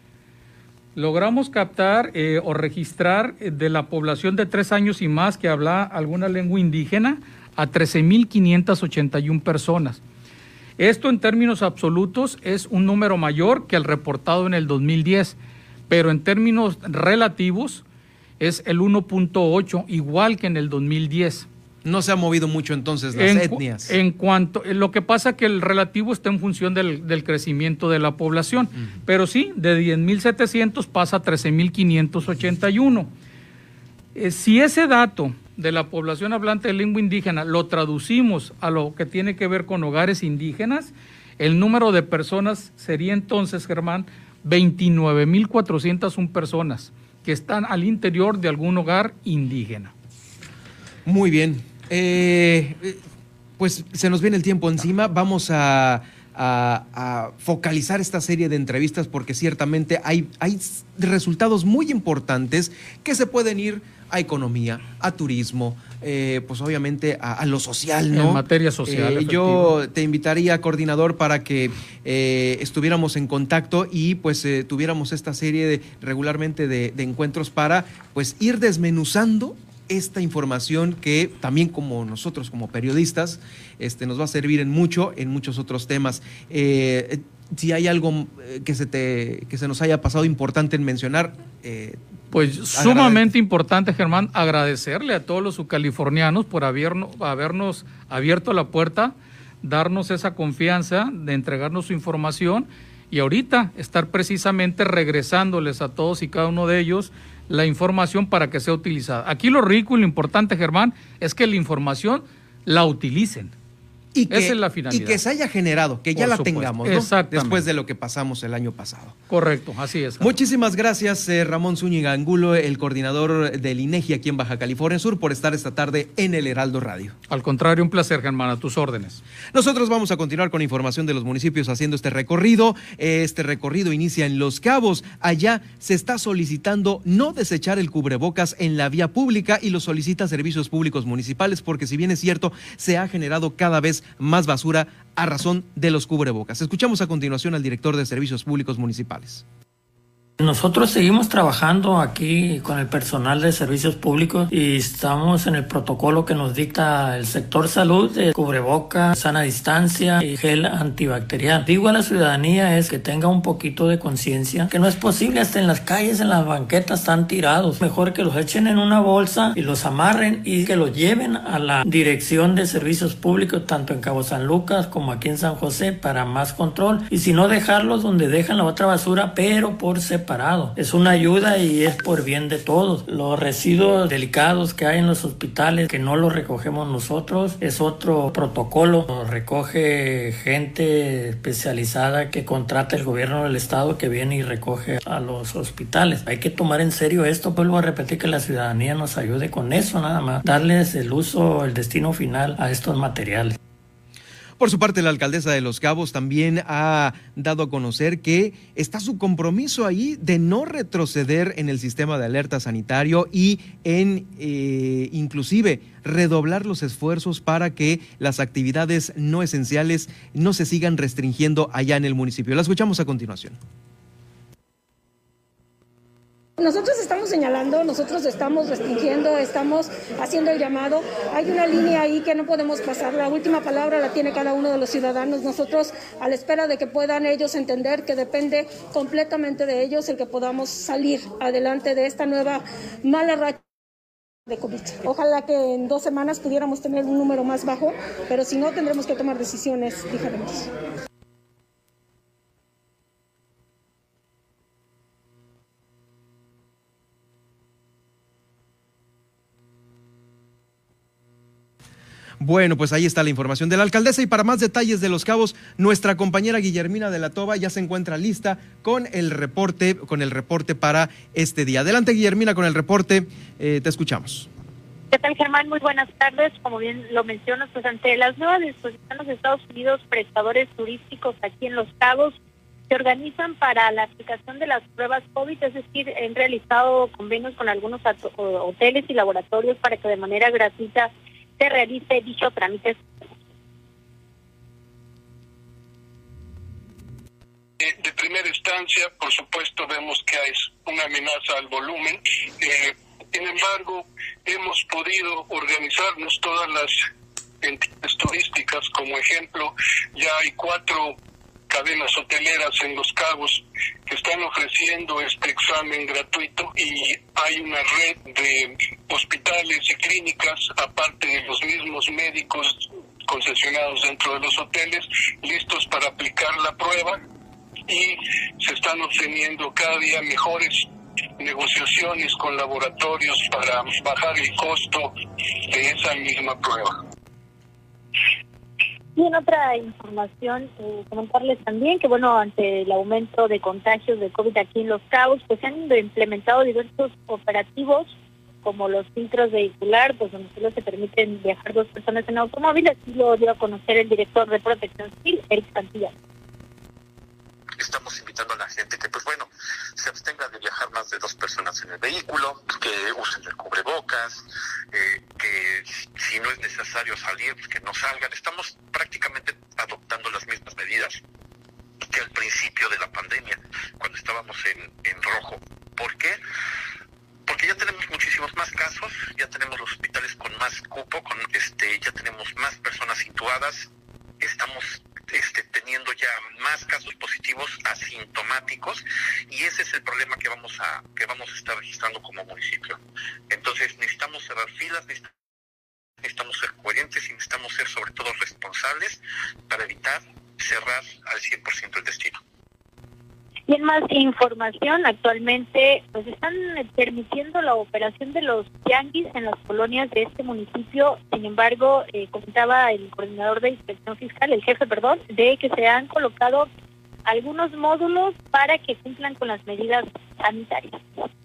Logramos captar eh, o registrar eh, de la población de tres años y más que habla alguna lengua indígena a trece mil quinientas ochenta y una personas. Esto en términos absolutos es un número mayor que el reportado en el dos mil diez, pero en términos relativos es el uno punto ocho, igual que en el dos mil diez. No se ha movido mucho entonces las en, etnias. En cuanto, lo que pasa que el relativo está en función del, del crecimiento de la población, uh-huh. pero sí, de diez mil setecientos pasa a trece mil quinientos ochenta y uno. Eh, si ese dato de la población hablante de lengua indígena lo traducimos a lo que tiene que ver con hogares indígenas, el número de personas sería entonces, Germán, veintinueve mil cuatrocientas una personas que están al interior de algún hogar indígena. Muy bien. Eh, pues se nos viene el tiempo encima. Vamos a, a, a focalizar esta serie de entrevistas porque ciertamente hay, hay resultados muy importantes que se pueden ir a economía, a turismo, eh, pues obviamente a, a lo social, ¿no? En materia social. Eh, yo te invitaría, coordinador, para que eh, estuviéramos en contacto y pues eh, tuviéramos esta serie de, regularmente de, de encuentros para pues ir desmenuzando esta información que también como nosotros como periodistas este, nos va a servir en mucho, en muchos otros temas. Eh, si hay algo que se te que se nos haya pasado importante en mencionar. Eh, pues sumamente importante, Germán, agradecerle a todos los subcalifornianos por habernos, habernos abierto la puerta, darnos esa confianza de entregarnos su información y ahorita estar precisamente regresándoles a todos y cada uno de ellos la información para que sea utilizada. Aquí lo rico y lo importante, Germán, es que la información la utilicen. Y que, Esa es la finalidad. Y que se haya generado, que ya Por la supuesto. tengamos, ¿no? Después de lo que pasamos el año pasado. Correcto, así es. Muchísimas gracias, eh, Ramón Zúñiga Angulo, el coordinador del INEGI aquí en Baja California Sur, por estar esta tarde en el Heraldo Radio. Al contrario, un placer, Germán, a tus órdenes. Nosotros vamos a continuar con información de los municipios haciendo este recorrido. Este recorrido inicia en Los Cabos. Allá se está solicitando no desechar el cubrebocas en la vía pública y lo solicita Servicios Públicos Municipales porque, si bien es cierto, se ha generado cada vez más basura a razón de los cubrebocas. Escuchamos a continuación al director de Servicios Públicos Municipales. Nosotros seguimos trabajando aquí con el personal de servicios públicos y estamos en el protocolo que nos dicta el sector salud, de cubreboca, sana distancia y gel antibacterial. Digo a la ciudadanía es que tenga un poquito de conciencia, que no es posible, hasta en las calles, en las banquetas están tirados. Mejor que los echen en una bolsa y los amarren y que los lleven a la dirección de servicios públicos, tanto en Cabo San Lucas como aquí en San José, para más control. Y si no, dejarlos donde dejan la otra basura, pero por separado. Es una ayuda y es por bien de todos. Los residuos delicados que hay en los hospitales, que no los recogemos nosotros, es otro protocolo. Los recoge gente especializada que contrata el gobierno del estado, que viene y recoge a los hospitales. Hay que tomar en serio esto. Vuelvo a repetir, que la ciudadanía nos ayude con eso, nada más. Darles el uso, el destino final a estos materiales. Por su parte, la alcaldesa de Los Cabos también ha dado a conocer que está su compromiso ahí de no retroceder en el sistema de alerta sanitario y en eh, inclusive redoblar los esfuerzos para que las actividades no esenciales no se sigan restringiendo allá en el municipio. La escuchamos a continuación. Nosotros estamos señalando, nosotros estamos restringiendo, estamos haciendo el llamado. Hay una línea ahí que no podemos pasar. La última palabra la tiene cada uno de los ciudadanos. Nosotros, a la espera de que puedan ellos entender que depende completamente de ellos el que podamos salir adelante de esta nueva mala racha de COVID. Ojalá que en dos semanas pudiéramos tener un número más bajo, pero si no, tendremos que tomar decisiones diferentes. Bueno, pues ahí está la información de la alcaldesa, y para más detalles de Los Cabos, nuestra compañera Guillermina de la Toba ya se encuentra lista con el reporte, con el reporte para este día. Adelante, Guillermina, con el reporte, eh, te escuchamos. ¿Qué tal, Germán? Muy buenas tardes. Como bien lo mencionas, pues ante las nuevas disposiciones de Estados Unidos, prestadores turísticos aquí en Los Cabos se organizan para la aplicación de las pruebas COVID, es decir, han realizado convenios con algunos hoteles y laboratorios para que de manera gratuita se realice dicho trámite. De primera instancia, por supuesto, vemos que hay una amenaza al volumen. Eh, sin embargo, hemos podido organizarnos todas las entidades turísticas. Como ejemplo, ya hay cuatro cadenas hoteleras en Los Cabos que están ofreciendo este examen gratuito, y hay una red de hospitales y clínicas, aparte de los mismos médicos concesionados dentro de los hoteles, listos para aplicar la prueba, y se están obteniendo cada día mejores negociaciones con laboratorios para bajar el costo de esa misma prueba. Y en otra información, eh, comentarles también que, bueno, ante el aumento de contagios de COVID aquí en Los Cabos, pues se han implementado diversos operativos, como los filtros vehicular, pues donde solo se permiten viajar dos personas en automóvil. Así lo dio a conocer el director de Protección Civil, Eric Cantillán. Estamos invitando a la gente que, pues bueno, se abstenga de viajar más de dos personas en el vehículo, que usen el cubrebocas, eh, que si no es necesario salir, pues que no salgan. Estamos prácticamente adoptando las mismas medidas que al principio de la pandemia, cuando estábamos en, en rojo. ¿Por qué? Porque ya tenemos muchísimos más casos, ya tenemos los hospitales con más cupo, con este, ya tenemos más personas intubadas, estamos este, teniendo ya más casos positivos asintomáticos, y ese es el problema que vamos a que vamos a estar registrando como municipio. Entonces necesitamos cerrar filas, necesitamos ser coherentes y necesitamos ser sobre todo responsables para evitar cerrar al cien por ciento el destino. Y en más información, actualmente pues están permitiendo la operación de los tianguis en las colonias de este municipio. Sin embargo, eh, comentaba el coordinador de inspección fiscal, el jefe, perdón, de que se han colocado algunos módulos para que cumplan con las medidas sanitarias.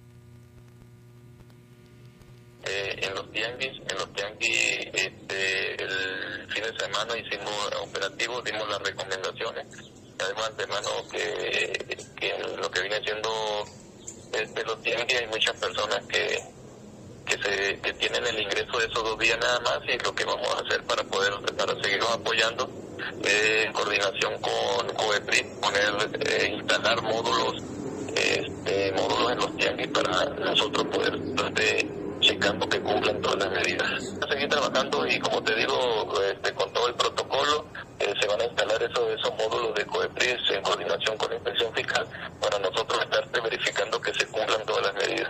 Eh, en los tianguis, en los tianguis, este, el fin de semana hicimos operativos, dimos las recomendaciones. Además de mano que, que lo que viene siendo este, los tianguis, hay muchas personas que que se que tienen el ingreso de esos dos días nada más, y lo que vamos a hacer para poder para seguirnos apoyando eh, en coordinación con COEPRIS, poner eh, instalar módulos este, módulos en los tianguis para nosotros poder este, checando que cumplan todas las medidas. Seguir trabajando y, como te digo, este, con todo el protocolo, eh, se van a instalar esos, esos módulos de COEPRIS en coordinación con la inspección fiscal para nosotros estar verificando que se cumplan todas las medidas.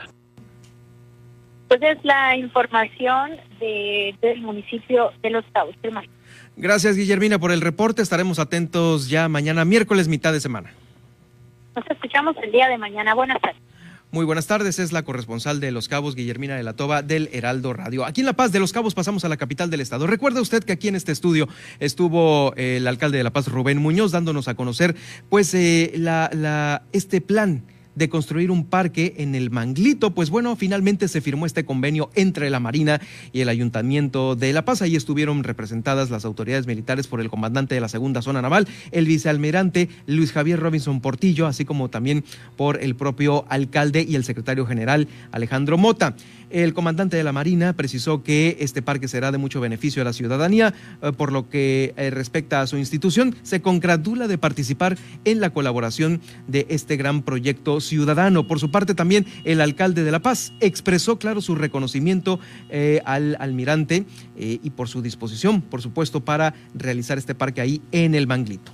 Pues es la información de, del municipio de Los Cabos. Gracias, Guillermina, por el reporte. Estaremos atentos ya mañana, miércoles, mitad de semana. Nos escuchamos el día de mañana. Buenas tardes. Muy buenas tardes, es la corresponsal de Los Cabos, Guillermina de la Toba, del Heraldo Radio. Aquí en La Paz de Los Cabos pasamos a la capital del estado. Recuerda usted que aquí en este estudio estuvo eh, el alcalde de La Paz, Rubén Muñoz, dándonos a conocer pues eh, la, la, este plan de construir un parque en el Manglito. Pues bueno, finalmente se firmó este convenio entre la Marina y el Ayuntamiento de La Paz. Ahí estuvieron representadas las autoridades militares por el comandante de la Segunda Zona Naval, el vicealmirante Luis Javier Robinson Portillo, así como también por el propio alcalde y el secretario general Alejandro Mota. El comandante de la Marina precisó que este parque será de mucho beneficio a la ciudadanía, eh, por lo que eh, respecta a su institución, se congratula de participar en la colaboración de este gran proyecto ciudadano. Por su parte, también el alcalde de La Paz expresó claro su reconocimiento eh, al almirante eh, y por su disposición, por supuesto, para realizar este parque ahí en el Manglito.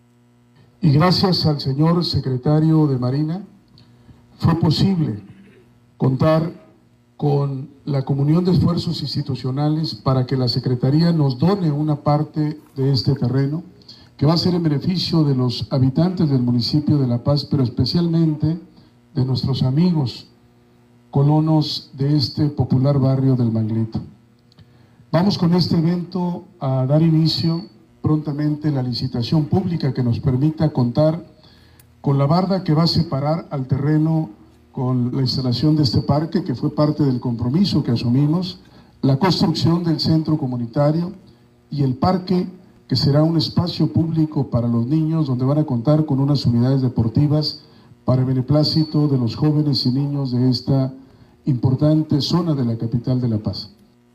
Y gracias al señor secretario de Marina fue posible contar con la comunión de esfuerzos institucionales para que la Secretaría nos done una parte de este terreno, que va a ser en beneficio de los habitantes del municipio de La Paz, pero especialmente de nuestros amigos colonos de este popular barrio del Manglito. Vamos con este evento a dar inicio prontamente la licitación pública que nos permita contar con la barda que va a separar al terreno con la instalación de este parque, que fue parte del compromiso que asumimos, la construcción del centro comunitario y el parque, que será un espacio público para los niños, donde van a contar con unas unidades deportivas para el beneplácito de los jóvenes y niños de esta importante zona de la capital de La Paz.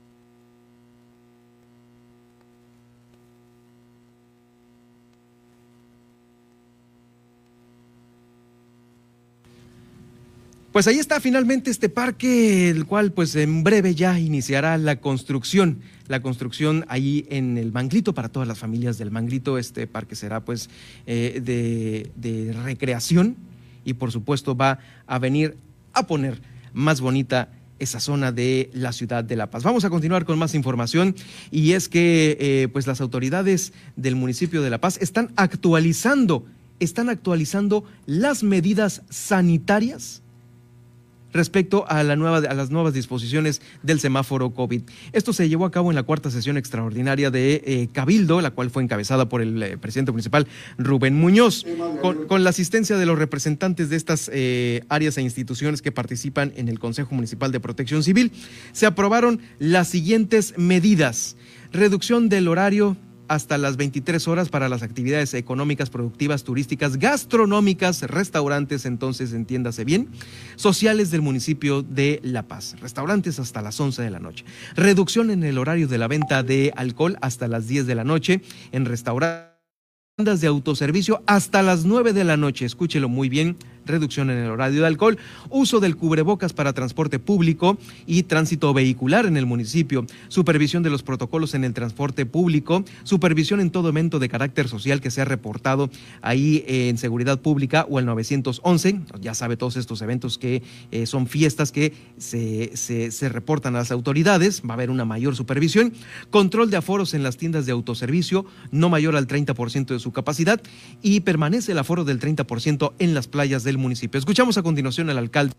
Pues ahí está finalmente este parque, el cual pues en breve ya iniciará la construcción, la construcción ahí en el Manglito para todas las familias del Manglito. Este parque será pues eh, de, de recreación y por supuesto va a venir a poner más bonita esa zona de la ciudad de La Paz. Vamos a continuar con más información, y es que eh, pues las autoridades del municipio de La Paz están actualizando, están actualizando las medidas sanitarias respecto a, la nueva, a las nuevas disposiciones del semáforo COVID. Esto se llevó a cabo en la cuarta sesión extraordinaria de eh, Cabildo, la cual fue encabezada por el eh, presidente municipal Rubén Muñoz, con, con la asistencia de los representantes de estas eh, áreas e instituciones que participan en el Consejo Municipal de Protección Civil. Se aprobaron las siguientes medidas: reducción del horario hasta las veintitrés horas para las actividades económicas, productivas, turísticas, gastronómicas, restaurantes, entonces entiéndase bien, sociales del municipio de La Paz. Restaurantes hasta las once de la noche. Reducción en el horario de la venta de alcohol hasta las diez de la noche en restaurantes de autoservicio hasta las nueve de la noche. Escúchelo muy bien, reducción en el horario de alcohol, uso del cubrebocas para transporte público y tránsito vehicular en el municipio, supervisión de los protocolos en el transporte público, supervisión en todo evento de carácter social que sea reportado ahí en seguridad pública o el nueve once, ya sabe todos estos eventos que eh, son fiestas que se, se, se reportan a las autoridades, va a haber una mayor supervisión, control de aforos en las tiendas de autoservicio, no mayor al treinta por ciento de su capacidad y permanece el aforo del treinta por ciento en las playas del municipio. Escuchamos a continuación al alcalde.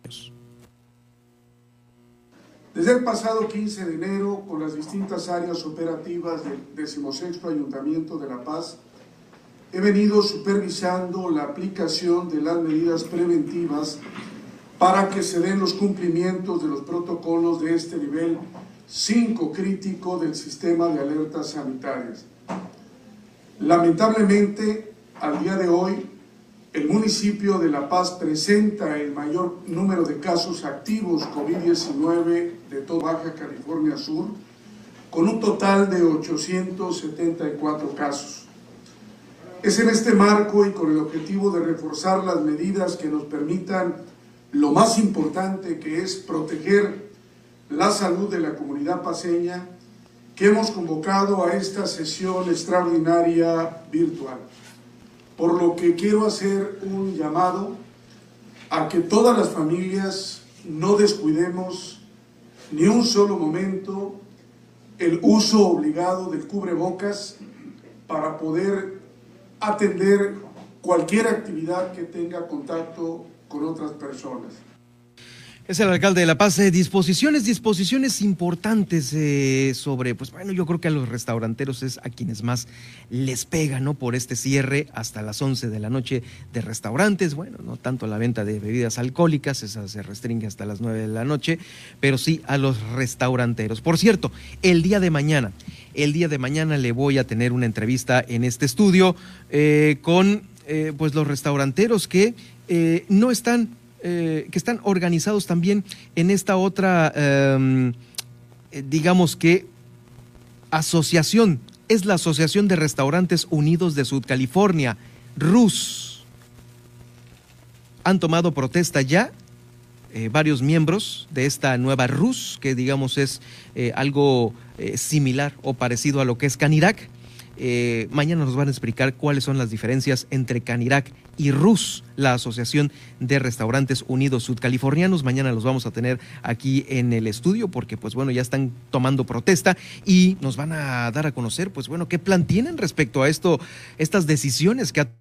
Desde el pasado quince de enero, con las distintas áreas operativas del decimosexto Ayuntamiento de La Paz, he venido supervisando la aplicación de las medidas preventivas para que se den los cumplimientos de los protocolos de este nivel cinco crítico del sistema de alertas sanitarias. Lamentablemente, al día de hoy, el municipio de La Paz presenta el mayor número de casos activos COVID diecinueve de toda Baja California Sur, con un total de ochocientos setenta y cuatro casos. Es en este marco y con el objetivo de reforzar las medidas que nos permitan lo más importante, que es proteger la salud de la comunidad paceña, que hemos convocado a esta sesión extraordinaria virtual. Por lo que quiero hacer un llamado a que todas las familias no descuidemos ni un solo momento el uso obligado del cubrebocas para poder atender cualquier actividad que tenga contacto con otras personas. Es el alcalde de La Paz. Eh, disposiciones, disposiciones importantes eh, sobre, pues bueno, yo creo que a los restauranteros es a quienes más les pega, ¿no? Por este cierre hasta las once de la noche de restaurantes, bueno, no tanto la venta de bebidas alcohólicas, esa se restringe hasta las nueve de la noche, pero sí a los restauranteros. Por cierto, el día de mañana, el día de mañana le voy a tener una entrevista en este estudio eh, con eh, pues los restauranteros que eh, no están Eh, que están organizados también en esta otra, eh, digamos que, asociación, es la Asociación de Restaurantes Unidos de Sud California, R U S. Han tomado protesta ya eh, varios miembros de esta nueva R U S, que digamos es eh, algo eh, similar o parecido a lo que es Canirac. Eh, mañana nos van a explicar cuáles son las diferencias entre Canirac y R U S, la Asociación de Restaurantes Unidos Sudcalifornianos. Mañana los vamos a tener aquí en el estudio porque, pues bueno, ya están tomando protesta y nos van a dar a conocer, pues bueno, qué plan tienen respecto a esto, estas decisiones que ha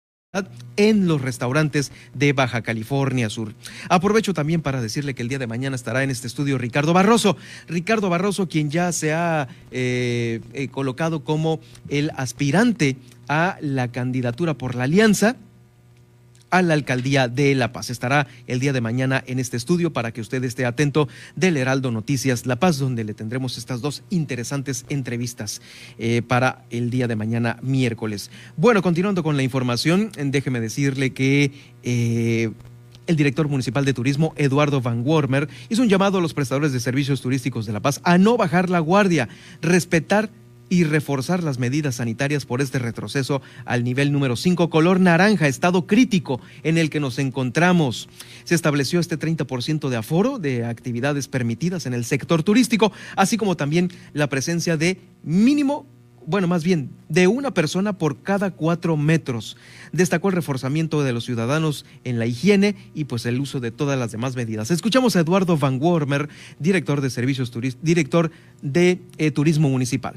en los restaurantes de Baja California Sur. Aprovecho también para decirle que el día de mañana estará en este estudio Ricardo Barroso. Ricardo Barroso, quien ya se ha eh, eh, colocado como el aspirante a la candidatura por la Alianza a la alcaldía de La Paz. Estará el día de mañana en este estudio para que usted esté atento del Heraldo Noticias La Paz, donde le tendremos estas dos interesantes entrevistas eh, para el día de mañana miércoles. Bueno, continuando con la información, déjeme decirle que eh, el director municipal de turismo, Eduardo Van Wormer, hizo un llamado a los prestadores de servicios turísticos de La Paz a no bajar la guardia, respetar y reforzar las medidas sanitarias por este retroceso al nivel número cinco, color naranja, estado crítico en el que nos encontramos. Se estableció este treinta por ciento de aforo de actividades permitidas en el sector turístico, así como también la presencia de mínimo, bueno, más bien, de una persona por cada cuatro metros. Destacó el reforzamiento de los ciudadanos en la higiene y pues el uso de todas las demás medidas. Escuchamos a Eduardo Van Wormer, director de servicios turísticos, director de eh, turismo municipal.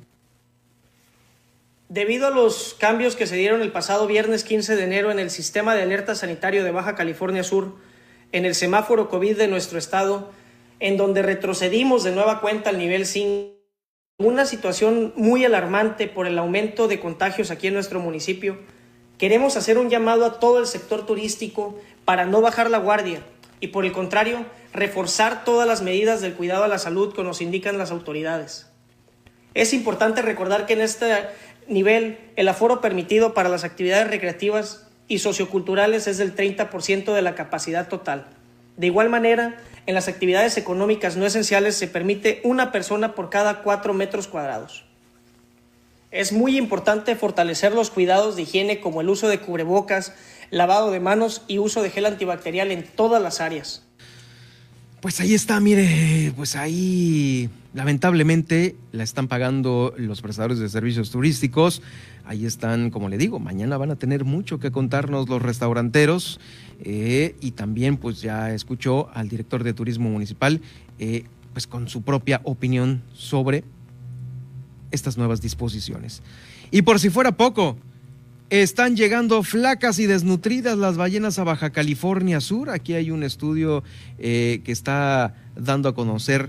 Debido a los cambios que se dieron el pasado viernes quince de enero en el sistema de alerta sanitario de Baja California Sur, en el semáforo COVID de nuestro estado, en donde retrocedimos de nueva cuenta al nivel cinco, una situación muy alarmante por el aumento de contagios aquí en nuestro municipio, queremos hacer un llamado a todo el sector turístico para no bajar la guardia y, por el contrario, reforzar todas las medidas del cuidado a la salud que nos indican las autoridades. Es importante recordar que en este nivel el aforo permitido para las actividades recreativas y socioculturales es del treinta por ciento de la capacidad total. De igual manera, en las actividades económicas no esenciales se permite una persona por cada cuatro metros cuadrados. Es muy importante fortalecer los cuidados de higiene como el uso de cubrebocas, lavado de manos y uso de gel antibacterial en todas las áreas. Pues ahí está, mire, pues ahí lamentablemente la están pagando los prestadores de servicios turísticos. Ahí están, como le digo, mañana van a tener mucho que contarnos los restauranteros eh, y también pues ya escuchó al director de Turismo Municipal eh, pues con su propia opinión sobre estas nuevas disposiciones. Y por si fuera poco, están llegando flacas y desnutridas las ballenas a Baja California Sur. Aquí hay un estudio eh, que está dando a conocer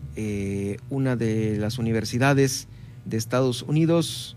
eh, una de las universidades de Estados Unidos,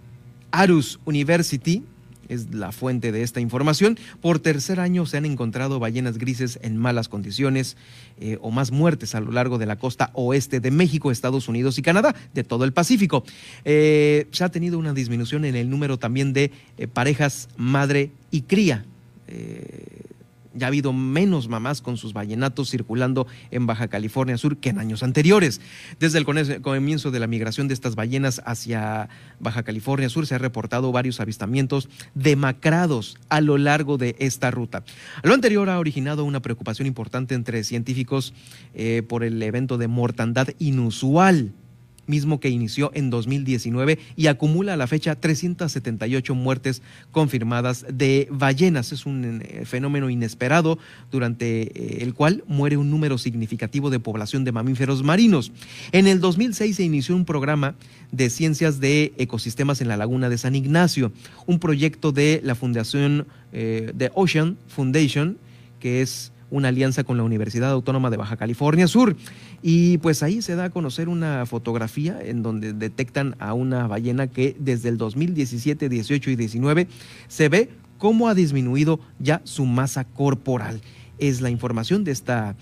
Arus University, es la fuente de esta información. Por tercer año se han encontrado ballenas grises en malas condiciones eh, o más muertes a lo largo de la costa oeste de México, Estados Unidos y Canadá, de todo el Pacífico. Eh, se ha tenido una disminución en el número también de eh, parejas madre y cría. Eh, ya ha habido menos mamás con sus ballenatos circulando en Baja California Sur que en años anteriores. Desde el comienzo de la migración de estas ballenas hacia Baja California Sur se han reportado varios avistamientos demacrados a lo largo de esta ruta. Lo anterior ha originado una preocupación importante entre científicos eh, por el evento de mortandad inusual, mismo que inició en dos mil diecinueve y acumula a la fecha trescientas setenta y ocho muertes confirmadas de ballenas. Es un eh, fenómeno inesperado durante eh, el cual muere un número significativo de población de mamíferos marinos. En el dos mil seis se inició un programa de ciencias de ecosistemas en la laguna de San Ignacio, un proyecto de la fundación eh, de Ocean Foundation, que es una alianza con la Universidad Autónoma de Baja California Sur. Y pues ahí se da a conocer una fotografía en donde detectan a una ballena que desde el dos mil diecisiete, dieciocho y diecinueve se ve cómo ha disminuido ya su masa corporal. Es la información de esta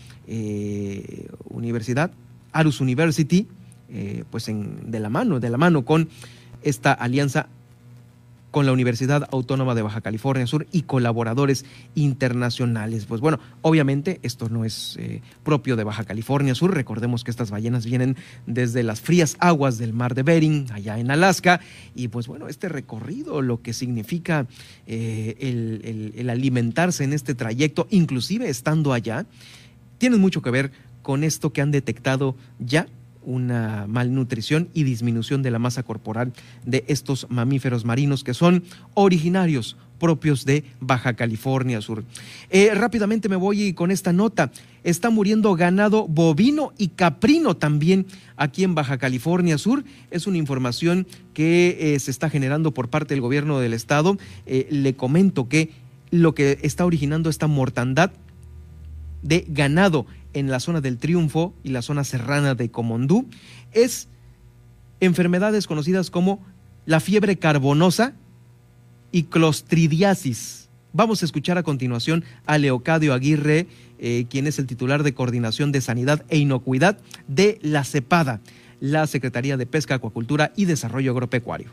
eh, universidad, Arus University, eh, pues en, de la mano, de la mano con esta alianza con la Universidad Autónoma de Baja California Sur y colaboradores internacionales. Pues bueno, obviamente esto no es eh, propio de Baja California Sur. Recordemos que estas ballenas vienen desde las frías aguas del mar de Bering, allá en Alaska, y pues bueno, este recorrido, lo que significa eh, el, el, el alimentarse en este trayecto, inclusive estando allá, tiene mucho que ver con esto que han detectado ya, una malnutrición y disminución de la masa corporal de estos mamíferos marinos que son originarios propios de Baja California Sur. Eh, rápidamente me voy con esta nota. Está muriendo ganado bovino y caprino también aquí en Baja California Sur. Es una información que eh, se está generando por parte del gobierno del estado. Eh, le comento que lo que está originando esta mortandad de ganado en la zona del Triunfo y la zona serrana de Comondú es enfermedades conocidas como la fiebre carbonosa y clostridiasis. Vamos a escuchar a continuación a Leocadio Aguirre, eh, quien es el titular de Coordinación de Sanidad e Inocuidad de la CEPADA, la Secretaría de Pesca, Acuacultura y Desarrollo Agropecuario.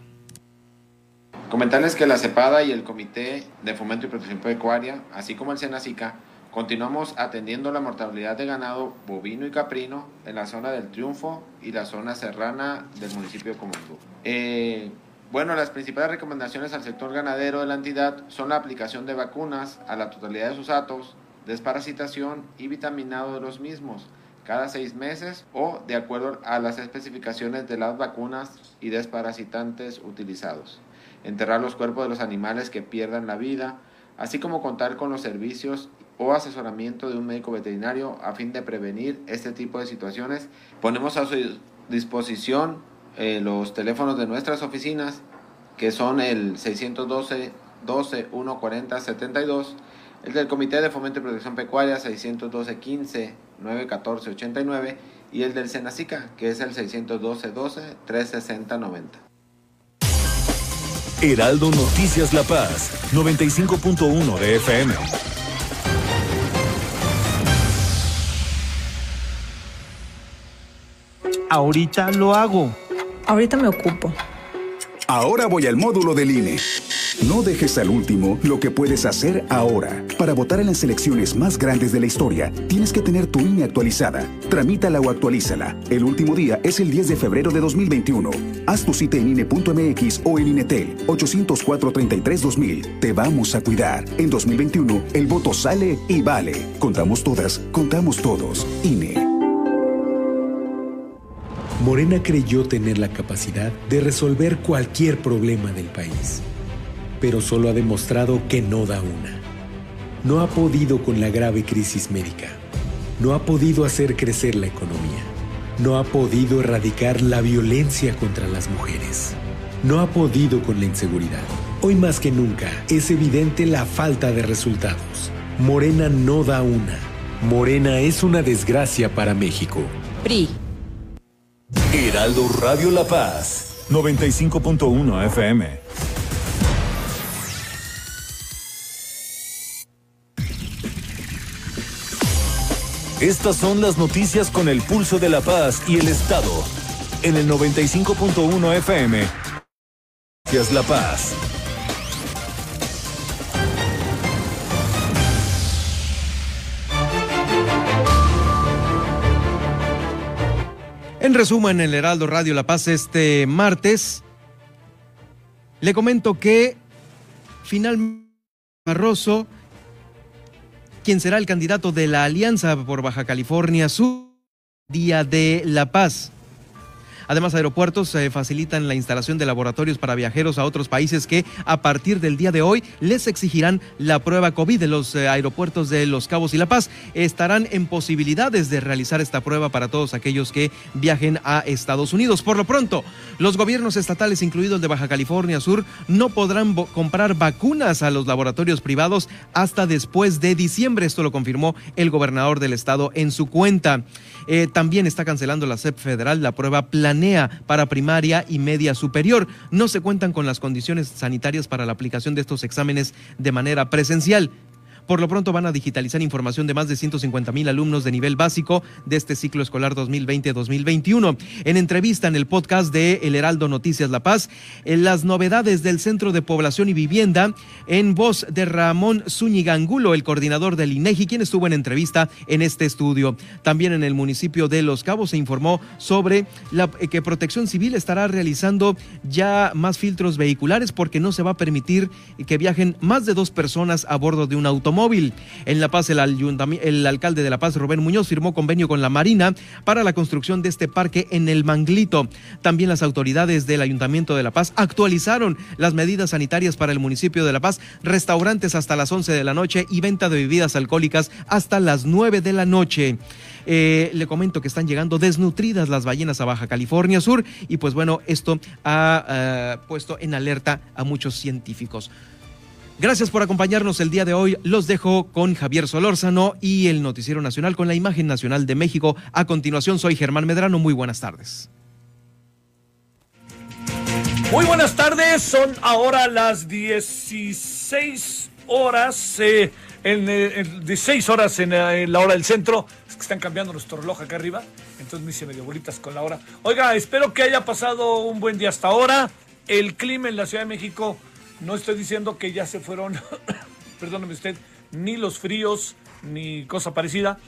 Comentarles que la CEPADA y el Comité de Fomento y Protección Pecuaria, así como el SENACICA, continuamos atendiendo la mortalidad de ganado bovino y caprino en la zona del Triunfo y la zona serrana del municipio de Comondú. Eh, bueno, las principales recomendaciones al sector ganadero de la entidad son la aplicación de vacunas a la totalidad de sus hatos, desparasitación y vitaminado de los mismos cada seis meses o de acuerdo a las especificaciones de las vacunas y desparasitantes utilizados. Enterrar los cuerpos de los animales que pierdan la vida, así como contar con los servicios o asesoramiento de un médico veterinario a fin de prevenir este tipo de situaciones. Ponemos a su disposición eh, los teléfonos de nuestras oficinas, que son el seiscientos doce, doce, ciento cuarenta, setenta y dos, el del Comité de Fomento y Protección Pecuaria, seiscientos doce, quince, novecientos catorce, ochenta y nueve, y el del SENACICA, que es el seiscientos doce, doce, trescientos sesenta, noventa. Heraldo Noticias La Paz, noventa y cinco punto uno de F M. Ahorita lo hago. Ahorita me ocupo. Ahora voy al módulo del I N E. No dejes al último lo que puedes hacer ahora. Para votar en las elecciones más grandes de la historia, tienes que tener tu I N E actualizada. Tramítala o actualízala. El último día es el diez de febrero de dos mil veintiuno. Haz tu cita en I N E punto M X o en INETEL ocho cero cuatro, treinta y tres, dos mil. Te vamos a cuidar. En dos mil veintiuno, el voto sale y vale. Contamos todas, contamos todos. I N E. Morena creyó tener la capacidad de resolver cualquier problema del país, pero solo ha demostrado que no da una. No ha podido con la grave crisis médica. No ha podido hacer crecer la economía. No ha podido erradicar la violencia contra las mujeres. No ha podido con la inseguridad. Hoy más que nunca es evidente la falta de resultados. Morena no da una. Morena es una desgracia para México. P R I. Heraldo Radio La Paz, noventa y cinco punto uno F M. Estas son las noticias con el pulso de La Paz y el Estado. En el noventa y cinco punto uno F M. Noticias La Paz. En resumen, en el Heraldo Radio La Paz este martes, le comento que finalmente Barroso, quien será el candidato de la Alianza por Baja California Sur, Día de la Paz. Además, aeropuertos eh, facilitan la instalación de laboratorios para viajeros a otros países que a partir del día de hoy les exigirán la prueba COVID. De los eh, aeropuertos de Los Cabos y La Paz estarán en posibilidades de realizar esta prueba para todos aquellos que viajen a Estados Unidos. Por lo pronto, los gobiernos estatales, incluido el de Baja California Sur, no podrán comprar vacunas a los laboratorios privados hasta después de diciembre. Esto lo confirmó el gobernador del estado en su cuenta. Eh, también está cancelando la S E P federal la prueba Planea para primaria y media superior. No se cuentan con las condiciones sanitarias para la aplicación de estos exámenes de manera presencial. Por lo pronto van a digitalizar información de más de ciento cincuenta mil alumnos de nivel básico de este ciclo escolar dos mil veinte dos mil veintiuno. En entrevista en el podcast de El Heraldo Noticias La Paz, en las novedades del Centro de Población y Vivienda, en voz de Ramón Zúñiga Angulo, el coordinador del INEGI, quien estuvo en entrevista en este estudio. También en el municipio de Los Cabos se informó sobre la, que Protección Civil estará realizando ya más filtros vehiculares porque no se va a permitir que viajen más de dos personas a bordo de un automóvil. Móvil. En La Paz, el, el alcalde de La Paz, Rubén Muñoz, firmó convenio con la Marina para la construcción de este parque en el Manglito. También las autoridades del Ayuntamiento de La Paz actualizaron las medidas sanitarias para el municipio de La Paz, restaurantes hasta las once de la noche y venta de bebidas alcohólicas hasta las nueve de la noche. Eh, le comento que están llegando desnutridas las ballenas a Baja California Sur y pues bueno, esto ha uh, puesto en alerta a muchos científicos. Gracias por acompañarnos el día de hoy. Los dejo con Javier Solórzano y el Noticiero Nacional con la imagen nacional de México. A continuación, soy Germán Medrano. Muy buenas tardes. Muy buenas tardes. Son ahora las dieciséis horas, eh, en, en dieciséis horas en, en la hora del centro. Es que están cambiando nuestro reloj acá arriba, entonces me hice medio bolitas con la hora. Oiga, espero que haya pasado un buen día hasta ahora. El clima en la Ciudad de México, no estoy diciendo que ya se fueron, perdóneme usted, ni los fríos, ni cosa parecida,